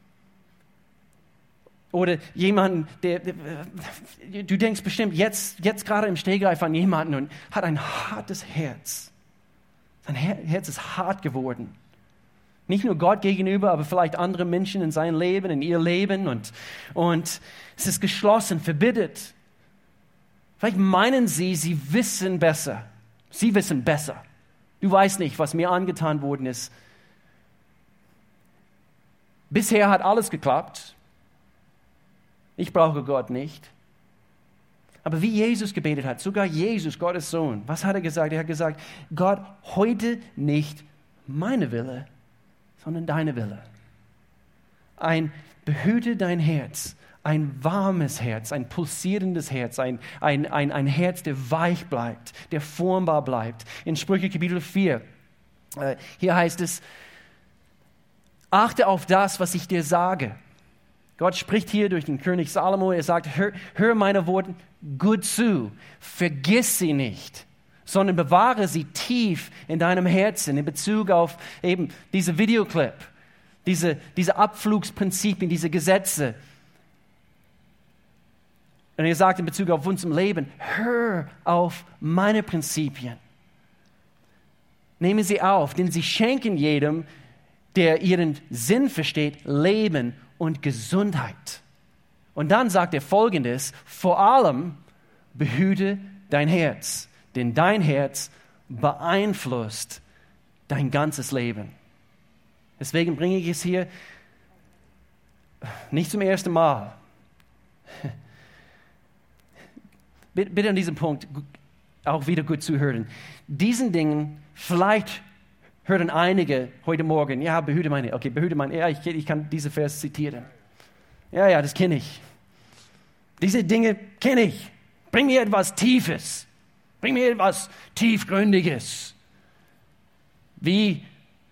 Oder jemanden, der, der, du denkst bestimmt jetzt, jetzt gerade im Stegreif an jemanden und hat ein hartes Herz. Sein Herz ist hart geworden. Nicht nur Gott gegenüber, aber vielleicht andere Menschen in seinem Leben, in ihr Leben. Und, und es ist geschlossen, verbittert. Vielleicht meinen sie, sie wissen besser. Sie wissen besser. Du weißt nicht, was mir angetan worden ist. Bisher hat alles geklappt. Ich brauche Gott nicht. Aber wie Jesus gebetet hat, sogar Jesus, Gottes Sohn, was hat er gesagt? Er hat gesagt, Gott, heute nicht meine Wille, sondern deine Wille. Ein behüte dein Herz, ein warmes Herz, ein pulsierendes Herz, ein, ein, ein, ein Herz, der weich bleibt, der formbar bleibt. In Sprüche Kapitel vier, äh, hier heißt es, achte auf das, was ich dir sage. Gott spricht hier durch den König Salomo, er sagt, hör, hör meine Worte gut zu, vergiss sie nicht, sondern bewahre sie tief in deinem Herzen in Bezug auf eben diese Videoclip, diese, diese Abflugsprinzipien, diese Gesetze. Und er sagt in Bezug auf unserem Leben, hör auf meine Prinzipien. Nehme sie auf, denn sie schenken jedem, der ihren Sinn versteht, Leben und Gesundheit. Und dann sagt er Folgendes, vor allem behüte dein Herz, denn dein Herz beeinflusst dein ganzes Leben. Deswegen bringe ich es hier nicht zum ersten Mal. Bitte an diesem Punkt auch wieder gut zuhören. Diesen Dingen, vielleicht hörten einige heute Morgen, ja, behüte meine, okay, behüte meine, ja, ich, ich kann diese Vers zitieren. Ja, ja, das kenne ich. Diese Dinge kenne ich. Bring mir etwas Tiefes. Bring mir etwas Tiefgründiges. Wie,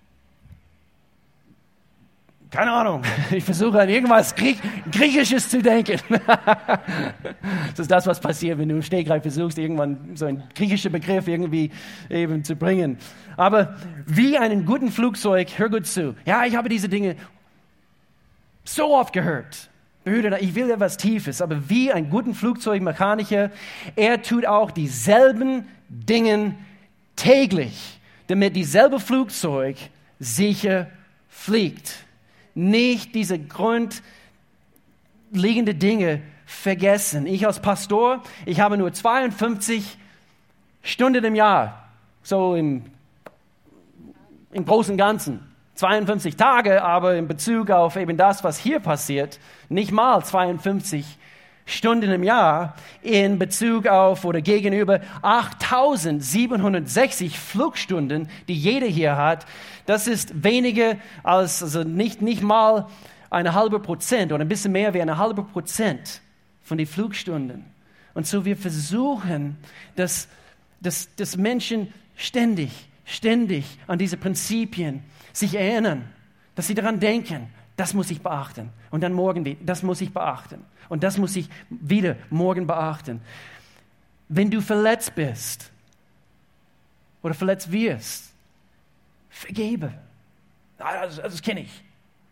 keine Ahnung, ich versuche an irgendwas Griech- Griechisches zu denken. Das ist das, was passiert, wenn du im Stegreif versuchst, irgendwann so einen griechischen Begriff irgendwie eben zu bringen. Aber wie einen guten Flugzeug, hör gut zu. Ja, ich habe diese Dinge so oft gehört. Ich will etwas Tiefes, aber wie ein guter Flugzeugmechaniker, er tut auch dieselben Dinge täglich, damit dieselbe Flugzeug sicher fliegt. Nicht diese grundlegenden Dinge vergessen. Ich als Pastor, ich habe nur zweiundfünfzig Stunden im Jahr, so im, im Großen und Ganzen. zweiundfünfzig Tage, aber in Bezug auf eben das, was hier passiert, nicht mal zweiundfünfzig Stunden im Jahr in Bezug auf oder gegenüber achttausendsiebenhundertsechzig Flugstunden, die jeder hier hat. Das ist weniger als, also nicht, nicht mal eine halbe Prozent oder ein bisschen mehr wie eine halbe Prozent von den Flugstunden. Und so wir versuchen, dass, dass, dass Menschen ständig, ständig an diese Prinzipien sich erinnern, dass sie daran denken, das muss ich beachten. Und dann morgen, das muss ich beachten. Und das muss ich wieder morgen beachten. Wenn du verletzt bist oder verletzt wirst, vergebe. Das, das kenne ich.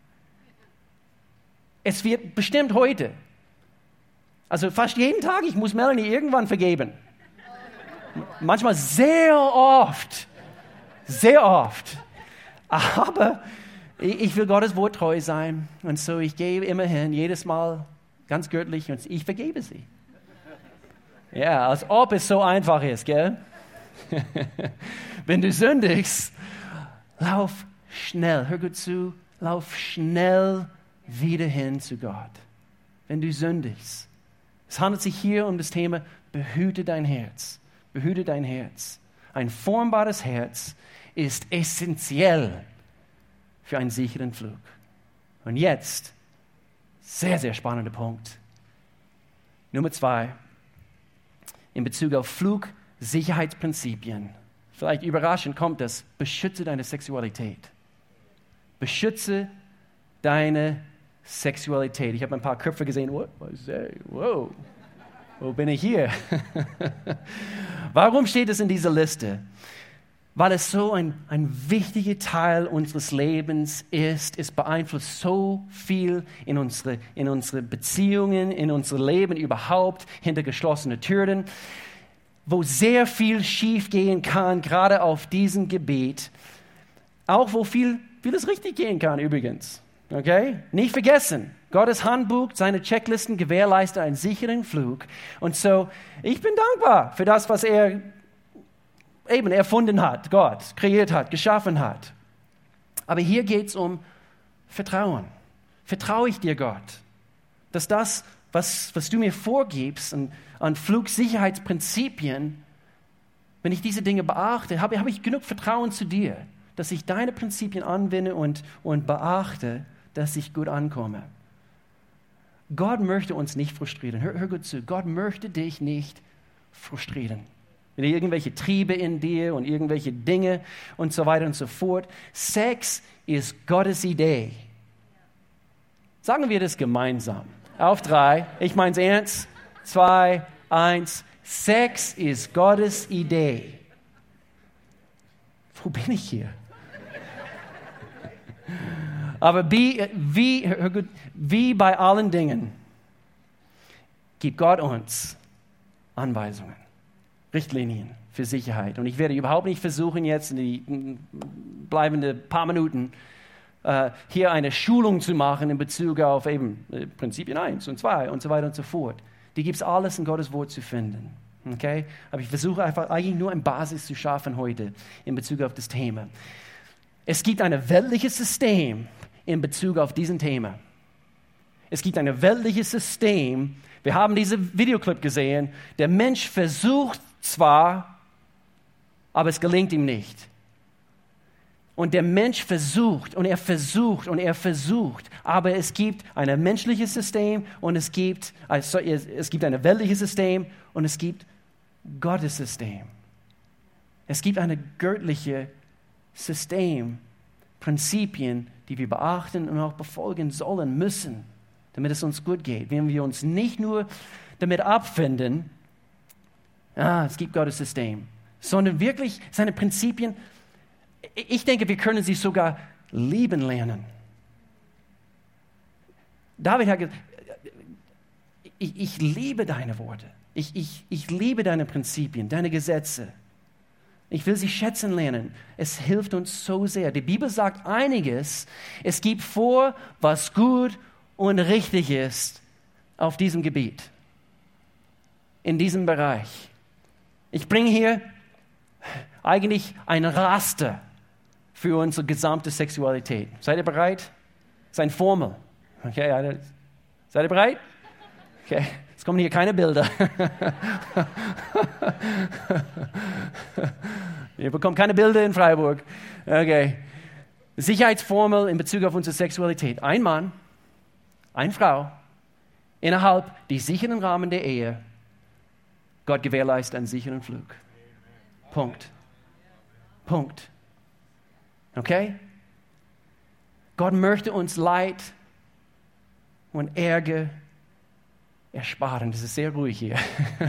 Es wird bestimmt heute, also fast jeden Tag, ich muss Melanie irgendwann vergeben. Manchmal sehr oft, sehr oft. Aber ich will Gottes Wort treu sein und so ich gehe immerhin jedes Mal ganz göttlich und ich vergebe sie. Ja, als ob es so einfach ist, gell? Wenn du sündigst, lauf schnell, hör gut zu, lauf schnell wieder hin zu Gott. Wenn du sündigst. Es handelt sich hier um das Thema, behüte dein Herz. Behüte dein Herz. Ein formbares Herz ist essentiell für einen sicheren Flug. Und jetzt, sehr, sehr spannender Punkt. Nummer zwei, in Bezug auf Flugsicherheitsprinzipien. Vielleicht überraschend kommt das, beschütze deine Sexualität. Beschütze deine Sexualität. Ich habe ein paar Köpfe gesehen, what? Wow, wo bin ich hier? Warum steht es in dieser Liste? Weil es so ein, ein wichtiger Teil unseres Lebens ist. Es beeinflusst so viel in unsere, in unsere Beziehungen, in unser Leben überhaupt, hinter geschlossenen Türen, wo sehr viel schief gehen kann, gerade auf diesem Gebiet. Auch wo viel, vieles richtig gehen kann übrigens. Okay? Nicht vergessen, Gottes Handbuch, seine Checklisten gewährleisten einen sicheren Flug. Und so, ich bin dankbar für das, was er eben erfunden hat, Gott kreiert hat, geschaffen hat. Aber hier geht es um Vertrauen. Vertraue ich dir, Gott, dass das, was, was du mir vorgibst an, an Flugsicherheitsprinzipien, wenn ich diese Dinge beachte, habe, habe ich genug Vertrauen zu dir, dass ich deine Prinzipien anwende und, und beachte, dass ich gut ankomme. Gott möchte uns nicht frustrieren. Hör, hör gut zu. Gott möchte dich nicht frustrieren. Mit irgendwelche Triebe in dir und irgendwelche Dinge und so weiter und so fort. Sex ist Gottes Idee. Sagen wir das gemeinsam. Auf drei. Ich meine es ernst. Zwei, eins. Sex ist Gottes Idee. Wo bin ich hier? Aber wie, wie, wie bei allen Dingen gibt Gott uns Anweisungen. Richtlinien für Sicherheit. Und ich werde überhaupt nicht versuchen, jetzt in die bleibenden paar Minuten äh, hier eine Schulung zu machen in Bezug auf eben äh, Prinzipien eins und zwei und so weiter und so fort. Die gibt es alles in Gottes Wort zu finden. Okay? Aber ich versuche einfach eigentlich nur eine Basis zu schaffen heute in Bezug auf das Thema. Es gibt ein weltliches System in Bezug auf diesen Thema. Es gibt ein weltliches System. Wir haben diesen Videoclip gesehen. Der Mensch versucht zwar, aber es gelingt ihm nicht. Und der Mensch versucht und er versucht und er versucht. Aber es gibt ein menschliches System und es gibt, also es gibt ein weltliches System und es gibt Gottes System. Es gibt ein göttliches System, Prinzipien, die wir beachten und auch befolgen sollen, müssen, damit es uns gut geht. Wenn wir uns nicht nur damit abfinden, ah, es gibt Gottes System, sondern wirklich seine Prinzipien. Ich denke, wir können sie sogar lieben lernen. David hat gesagt, ich, ich liebe deine Worte. Ich, ich, ich liebe deine Prinzipien, deine Gesetze. Ich will sie schätzen lernen. Es hilft uns so sehr. Die Bibel sagt einiges. Es gibt vor, was gut und richtig ist auf diesem Gebiet, in diesem Bereich. Ich bringe hier eigentlich ein Raster für unsere gesamte Sexualität. Seid ihr bereit? Das ist eine Formel. Okay, seid ihr bereit? Okay, es kommen hier keine Bilder. Ihr bekommt keine Bilder in Freiburg. Okay. Sicherheitsformel in Bezug auf unsere Sexualität. Ein Mann, eine Frau, innerhalb des sicheren Rahmen der Ehe. Gott gewährleistet einen sicheren Flug. Punkt. Punkt. Okay? Gott möchte uns Leid und Ärger ersparen. Das ist sehr ruhig hier.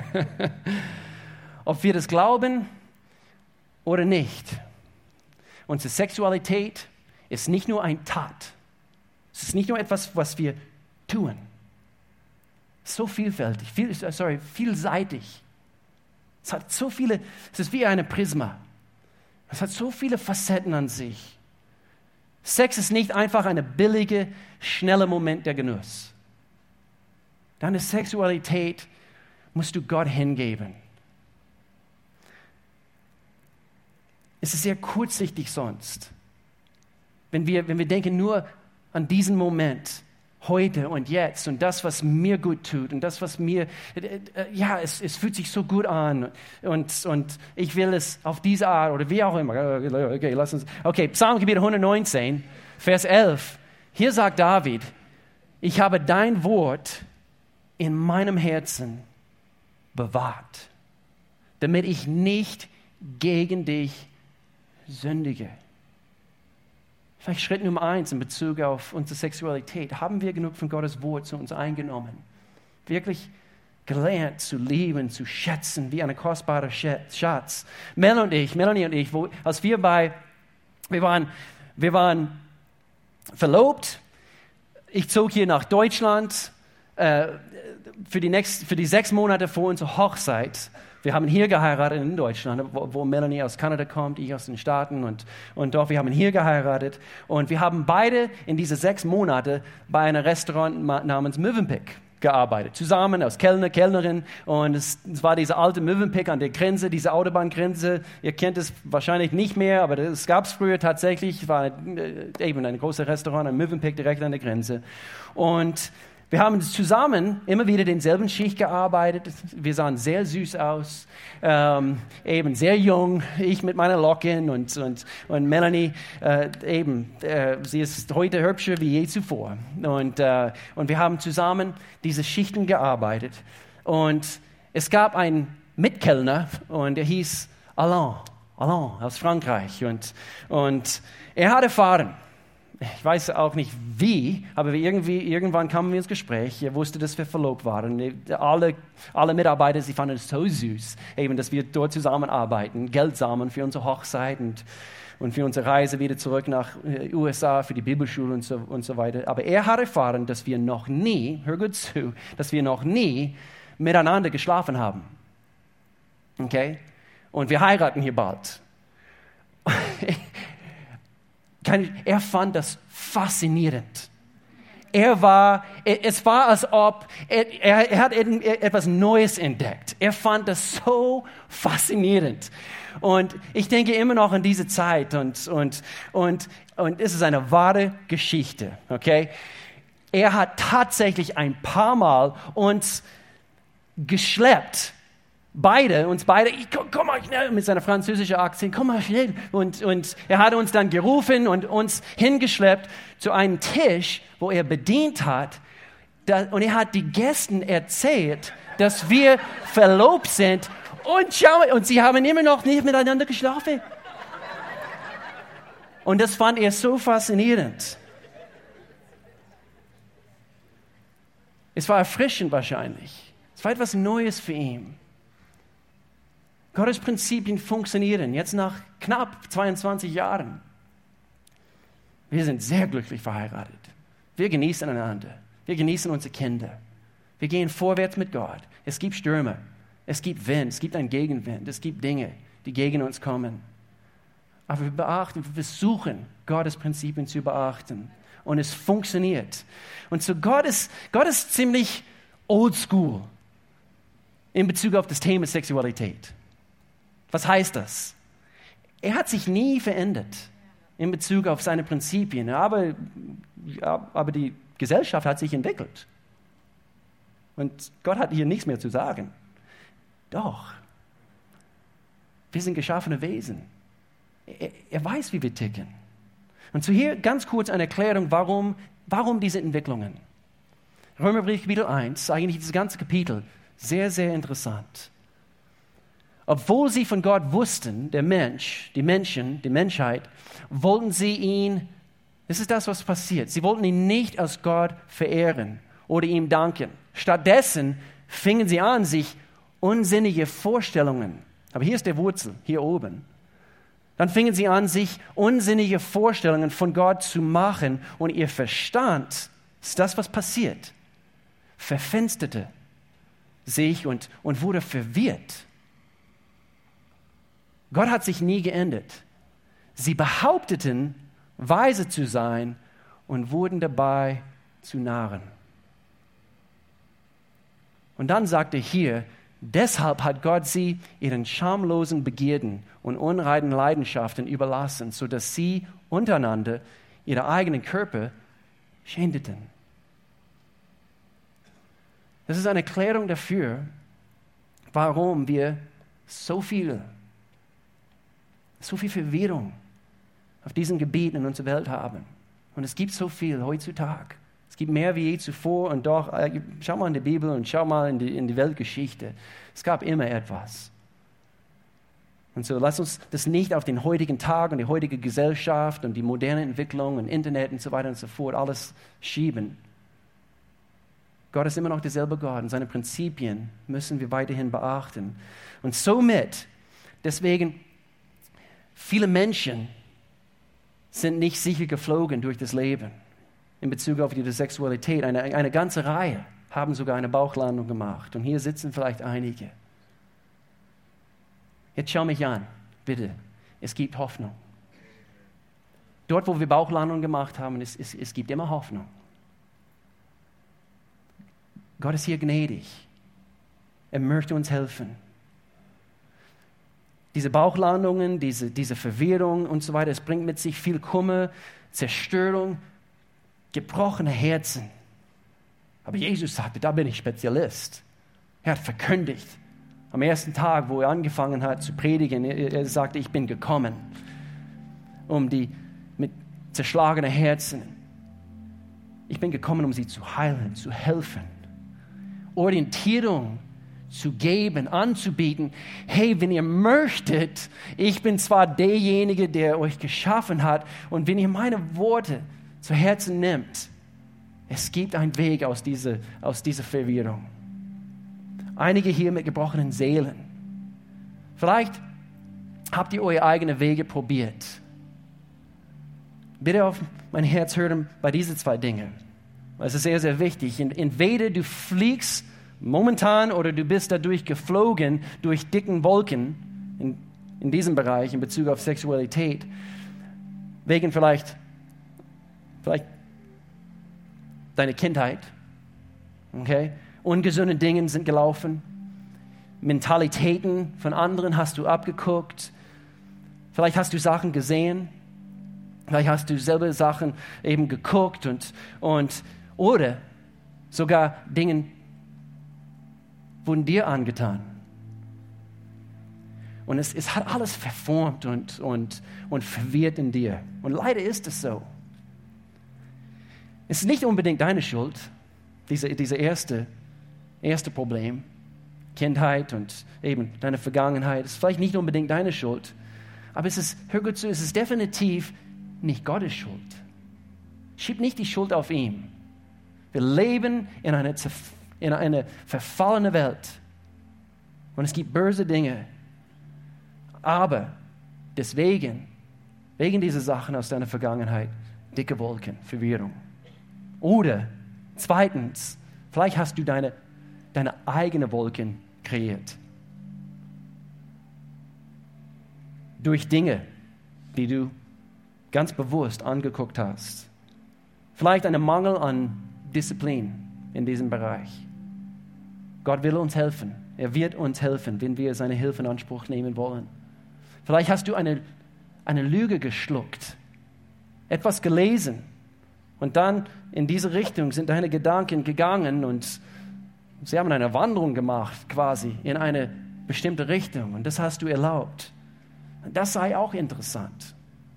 Ob wir das glauben oder nicht. Unsere Sexualität ist nicht nur eine Tat. Es ist nicht nur etwas, was wir tun. So vielfältig, viel, sorry, vielseitig. Es hat so viele, es ist wie eine Prisma. Es hat so viele Facetten an sich. Sex ist nicht einfach ein billiger, schneller Moment der Genuss. Deine Sexualität musst du Gott hingeben. Es ist sehr kurzsichtig sonst. Wenn wir, wenn wir denken nur an diesen Moment, heute und jetzt und das, was mir gut tut und das, was mir, äh, äh, ja, es, es fühlt sich so gut an und, und ich will es auf diese Art oder wie auch immer. Okay, lass uns, okay, Psalmkapitel hundertneunzehn, Vers elf. Hier sagt David, ich habe dein Wort in meinem Herzen bewahrt, damit ich nicht gegen dich sündige. Vielleicht Schritt Nummer eins in Bezug auf unsere Sexualität. Haben wir genug von Gottes Wort zu uns eingenommen? Wirklich gelernt zu lieben, zu schätzen, wie ein kostbarer Schatz. Mel und ich, Melanie und ich, wo, als wir bei, wir waren, wir waren verlobt. Ich zog hier nach Deutschland äh, für die nächst, für die sechs Monate vor unserer Hochzeit. Wir haben hier geheiratet in Deutschland, wo, wo Melanie aus Kanada kommt, ich aus den Staaten und, und doch, wir haben hier geheiratet. Und wir haben beide in diese sechs Monate bei einem Restaurant namens Mövenpick gearbeitet. Zusammen als Kellner, Kellnerin. Und es, es war diese alte Mövenpick an der Grenze, diese Autobahngrenze. Ihr kennt es wahrscheinlich nicht mehr, aber es gab es früher tatsächlich. Es war äh, eben ein großes Restaurant, ein Mövenpick direkt an der Grenze. Und wir haben zusammen immer wieder denselben Schicht gearbeitet. Wir sahen sehr süß aus, ähm, eben sehr jung. Ich mit meiner Locken und, und, und Melanie, äh, eben, äh, sie ist heute hübscher wie je zuvor. Und, äh, und wir haben zusammen diese Schichten gearbeitet. Und es gab einen Mitkellner und er hieß Alain, Alain aus Frankreich. Und, und er hat erfahren, ich weiß auch nicht wie, aber irgendwie, irgendwann kamen wir ins Gespräch. Er wusste, dass wir verlobt waren. Alle, alle Mitarbeiter, sie fanden es so süß, eben, dass wir dort zusammenarbeiten, Geld sammeln für unsere Hochzeit und, und für unsere Reise wieder zurück nach U S A, für die Bibelschule und so, und so weiter. Aber er hat erfahren, dass wir noch nie, hör gut zu, dass wir noch nie miteinander geschlafen haben. Okay? Und wir heiraten hier bald. Er fand das faszinierend. Er war, es war, als ob er, er hat etwas Neues entdeckt. Er fand das so faszinierend. Und ich denke immer noch an diese Zeit und, und, und, und es ist eine wahre Geschichte. Okay? Er hat tatsächlich ein paar Mal uns geschleppt beide, uns beide, ich, komm, komm mal schnell, mit seiner französischen Akzent, komm mal schnell. Und, und er hat uns dann gerufen und uns hingeschleppt zu einem Tisch, wo er bedient hat. Da, und er hat die Gästen erzählt, dass wir verlobt sind. Und schau, und sie haben immer noch nicht miteinander geschlafen. Und das fand er so faszinierend. Es war erfrischend wahrscheinlich. Es war etwas Neues für ihn. Gottes Prinzipien funktionieren, jetzt nach knapp zweiundzwanzig Jahren. Wir sind sehr glücklich verheiratet. Wir genießen einander. Wir genießen unsere Kinder. Wir gehen vorwärts mit Gott. Es gibt Stürme. Es gibt Wind. Es gibt einen Gegenwind. Es gibt Dinge, die gegen uns kommen. Aber wir beachten, wir versuchen, Gottes Prinzipien zu beachten. Und es funktioniert. Und so Gott ist, Gott ist ziemlich oldschool in Bezug auf das Thema Sexualität. Was heißt das? Er hat sich nie verändert in Bezug auf seine Prinzipien, aber, aber die Gesellschaft hat sich entwickelt. Und Gott hat hier nichts mehr zu sagen. Doch, wir sind geschaffene Wesen. Er, er weiß, wie wir ticken. Und so hier ganz kurz eine Erklärung, warum, warum diese Entwicklungen. Römerbrief Kapitel eins, eigentlich dieses ganze Kapitel, sehr, sehr interessant. Obwohl sie von Gott wussten, der Mensch, die Menschen, die Menschheit, wollten sie ihn, das ist das, was passiert, sie wollten ihn nicht als Gott verehren oder ihm danken. Stattdessen fingen sie an, sich unsinnige Vorstellungen, aber hier ist der Wurzel, hier oben. Dann fingen sie an, sich unsinnige Vorstellungen von Gott zu machen und ihr Verstand, ist das, was passiert, verfinsterte sich und, und wurde verwirrt. Gott hat sich nie geändert. Sie behaupteten, weise zu sein und wurden dabei zu Narren. Und dann sagt er hier, deshalb hat Gott sie ihren schamlosen Begierden und unreinen Leidenschaften überlassen, sodass sie untereinander ihre eigenen Körper schändeten. Das ist eine Erklärung dafür, warum wir so viel so viel Verwirrung auf diesen Gebieten in unserer Welt haben. Und es gibt so viel heutzutage. Es gibt mehr wie je zuvor und doch, schau mal in die Bibel und schau mal in die, in die Weltgeschichte. Es gab immer etwas. Und so lass uns das nicht auf den heutigen Tag und die heutige Gesellschaft und die moderne Entwicklung und Internet und so weiter und so fort alles schieben. Gott ist immer noch derselbe Gott und seine Prinzipien müssen wir weiterhin beachten. Und somit, deswegen, viele Menschen sind nicht sicher geflogen durch das Leben in Bezug auf ihre Sexualität. Eine, eine ganze Reihe haben sogar eine Bauchlandung gemacht. Und hier sitzen vielleicht einige. Jetzt schau mich an, bitte. Es gibt Hoffnung. Dort, wo wir Bauchlandung gemacht haben, es, es, es gibt immer Hoffnung. Gott ist hier gnädig. Er möchte uns helfen. Diese Bauchlandungen, diese, diese Verwirrung und so weiter, es bringt mit sich viel Kummer, Zerstörung, gebrochene Herzen. Aber Jesus sagte, da bin ich Spezialist. Er hat verkündigt. Am ersten Tag, wo er angefangen hat zu predigen, er, er sagte, ich bin gekommen, um die mit zerschlagenen Herzen. Ich bin gekommen, um sie zu heilen, zu helfen. Orientierung zu geben, anzubieten. Hey, wenn ihr möchtet, ich bin zwar derjenige, der euch geschaffen hat, und wenn ihr meine Worte zu Herzen nehmt, es gibt einen Weg aus dieser, aus dieser Verwirrung. Einige hier mit gebrochenen Seelen. Vielleicht habt ihr eure eigenen Wege probiert. Bitte auf mein Herz hören bei diesen zwei Dingen. Es ist sehr, sehr wichtig. Entweder du fliegst momentan oder du bist dadurch geflogen durch dicken Wolken in, in diesem Bereich in Bezug auf Sexualität. Wegen vielleicht, vielleicht deiner Kindheit. Okay? Ungesunde Dinge sind gelaufen. Mentalitäten von anderen hast du abgeguckt. Vielleicht hast du Sachen gesehen. Vielleicht hast du selber Sachen eben geguckt und, und oder sogar Dinge wurden dir angetan. Und es, es hat alles verformt und, und, und verwirrt in dir. Und leider ist es so. Es ist nicht unbedingt deine Schuld, diese, diese erste, erste Problem. Kindheit und eben deine Vergangenheit. Es ist vielleicht nicht unbedingt deine Schuld. Aber es ist, hör gut zu, es ist definitiv nicht Gottes Schuld. Schieb nicht die Schuld auf ihn. Wir leben in einer, in einer verfallenen Welt. Und es gibt böse Dinge. Aber deswegen, wegen dieser Sachen aus deiner Vergangenheit, dicke Wolken, Verwirrung. Oder zweitens, vielleicht hast du deine, deine eigene Wolken kreiert. Durch Dinge, die du ganz bewusst angeguckt hast. Vielleicht einen Mangel an Disziplin in diesem Bereich. Gott will uns helfen. Er wird uns helfen, wenn wir seine Hilfe in Anspruch nehmen wollen. Vielleicht hast du eine, eine Lüge geschluckt, etwas gelesen und dann in diese Richtung sind deine Gedanken gegangen und sie haben eine Wanderung gemacht, quasi, in eine bestimmte Richtung. Und das hast du erlaubt. Das sei auch interessant.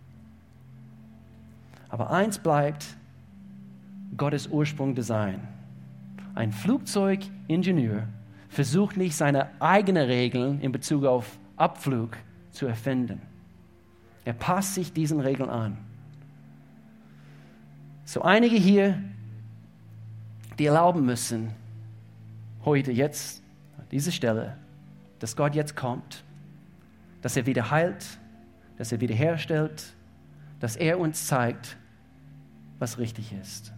Aber eins bleibt Gottes Ursprung Design. Ein Flugzeugingenieur versucht nicht, seine eigenen Regeln in Bezug auf Abflug zu erfinden. Er passt sich diesen Regeln an. So einige hier, die erlauben müssen, heute, jetzt, an dieser Stelle, dass Gott jetzt kommt, dass er wieder heilt, dass er wiederherstellt, dass er uns zeigt, was richtig ist.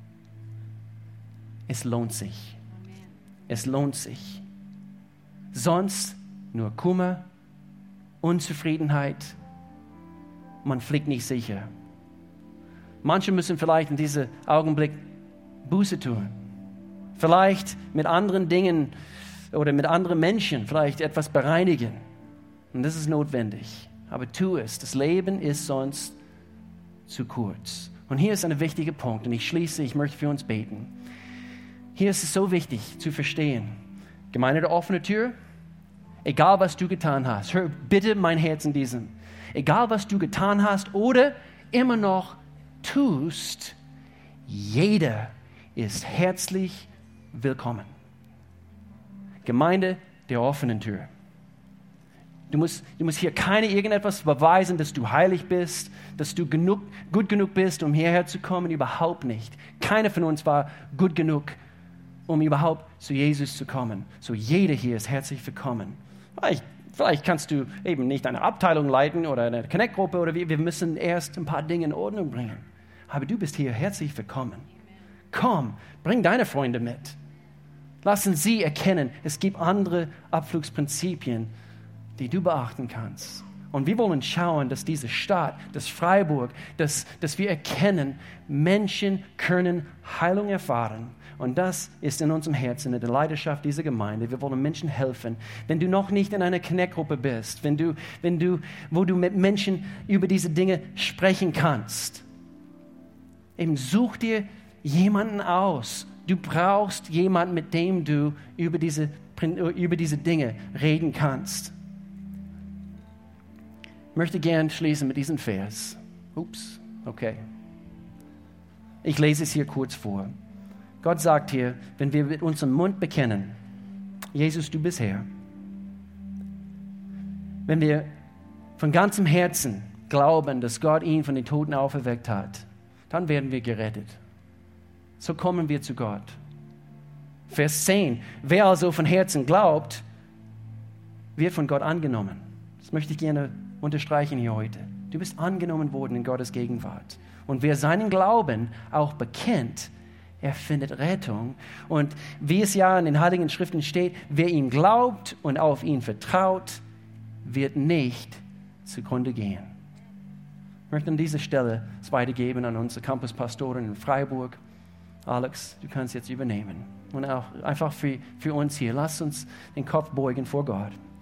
Es lohnt sich. Es lohnt sich. Sonst nur Kummer, Unzufriedenheit. Man fliegt nicht sicher. Manche müssen vielleicht in diesem Augenblick Buße tun. Vielleicht mit anderen Dingen oder mit anderen Menschen vielleicht etwas bereinigen. Und das ist notwendig. Aber tu es. Das Leben ist sonst zu kurz. Und hier ist ein wichtiger Punkt. Und ich schließe, ich möchte für uns beten. Hier ist es so wichtig zu verstehen. Gemeinde der offenen Tür, egal was du getan hast, hör bitte mein Herz in diesem. Egal was du getan hast oder immer noch tust, jeder ist herzlich willkommen. Gemeinde der offenen Tür. Du musst, du musst hier keine irgendetwas beweisen, dass du heilig bist, dass du genug, gut genug bist, um hierher zu kommen. Überhaupt nicht. Keiner von uns war gut genug, um überhaupt zu Jesus zu kommen. So jeder hier ist herzlich willkommen. Vielleicht, vielleicht kannst du eben nicht eine Abteilung leiten oder eine Connect-Gruppe oder wir, wir müssen erst ein paar Dinge in Ordnung bringen. Aber du bist hier herzlich willkommen. Komm, bring deine Freunde mit. Lassen sie erkennen, es gibt andere Abflugsprinzipien, die du beachten kannst. Und wir wollen schauen, dass diese Stadt, das Freiburg, dass, dass wir erkennen, Menschen können Heilung erfahren. Und das ist in unserem Herzen, in der Leidenschaft dieser Gemeinde. Wir wollen Menschen helfen. Wenn du noch nicht in einer Connect-Gruppe bist, wenn du, wenn du, wo du mit Menschen über diese Dinge sprechen kannst, eben such dir jemanden aus. Du brauchst jemanden, mit dem du über diese, über diese Dinge reden kannst. Ich möchte gern schließen mit diesem Vers. Ups, okay. Ich lese es hier kurz vor. Gott sagt hier, wenn wir mit unserem Mund bekennen, Jesus, du bist Herr. Wenn wir von ganzem Herzen glauben, dass Gott ihn von den Toten auferweckt hat, dann werden wir gerettet. So kommen wir zu Gott. Vers zehn. Wer also von Herzen glaubt, wird von Gott angenommen. Das möchte ich gerne unterstreichen hier heute. Du bist angenommen worden in Gottes Gegenwart. Und wer seinen Glauben auch bekennt, er findet Rettung. Und wie es ja in den Heiligen Schriften steht, wer ihm glaubt und auf ihn vertraut, wird nicht zugrunde gehen. Ich möchte an dieser Stelle es weitergeben an unsere Campuspastorin in Freiburg. Alex, du kannst jetzt übernehmen. Und auch einfach für, für uns hier, lass uns den Kopf beugen vor Gott.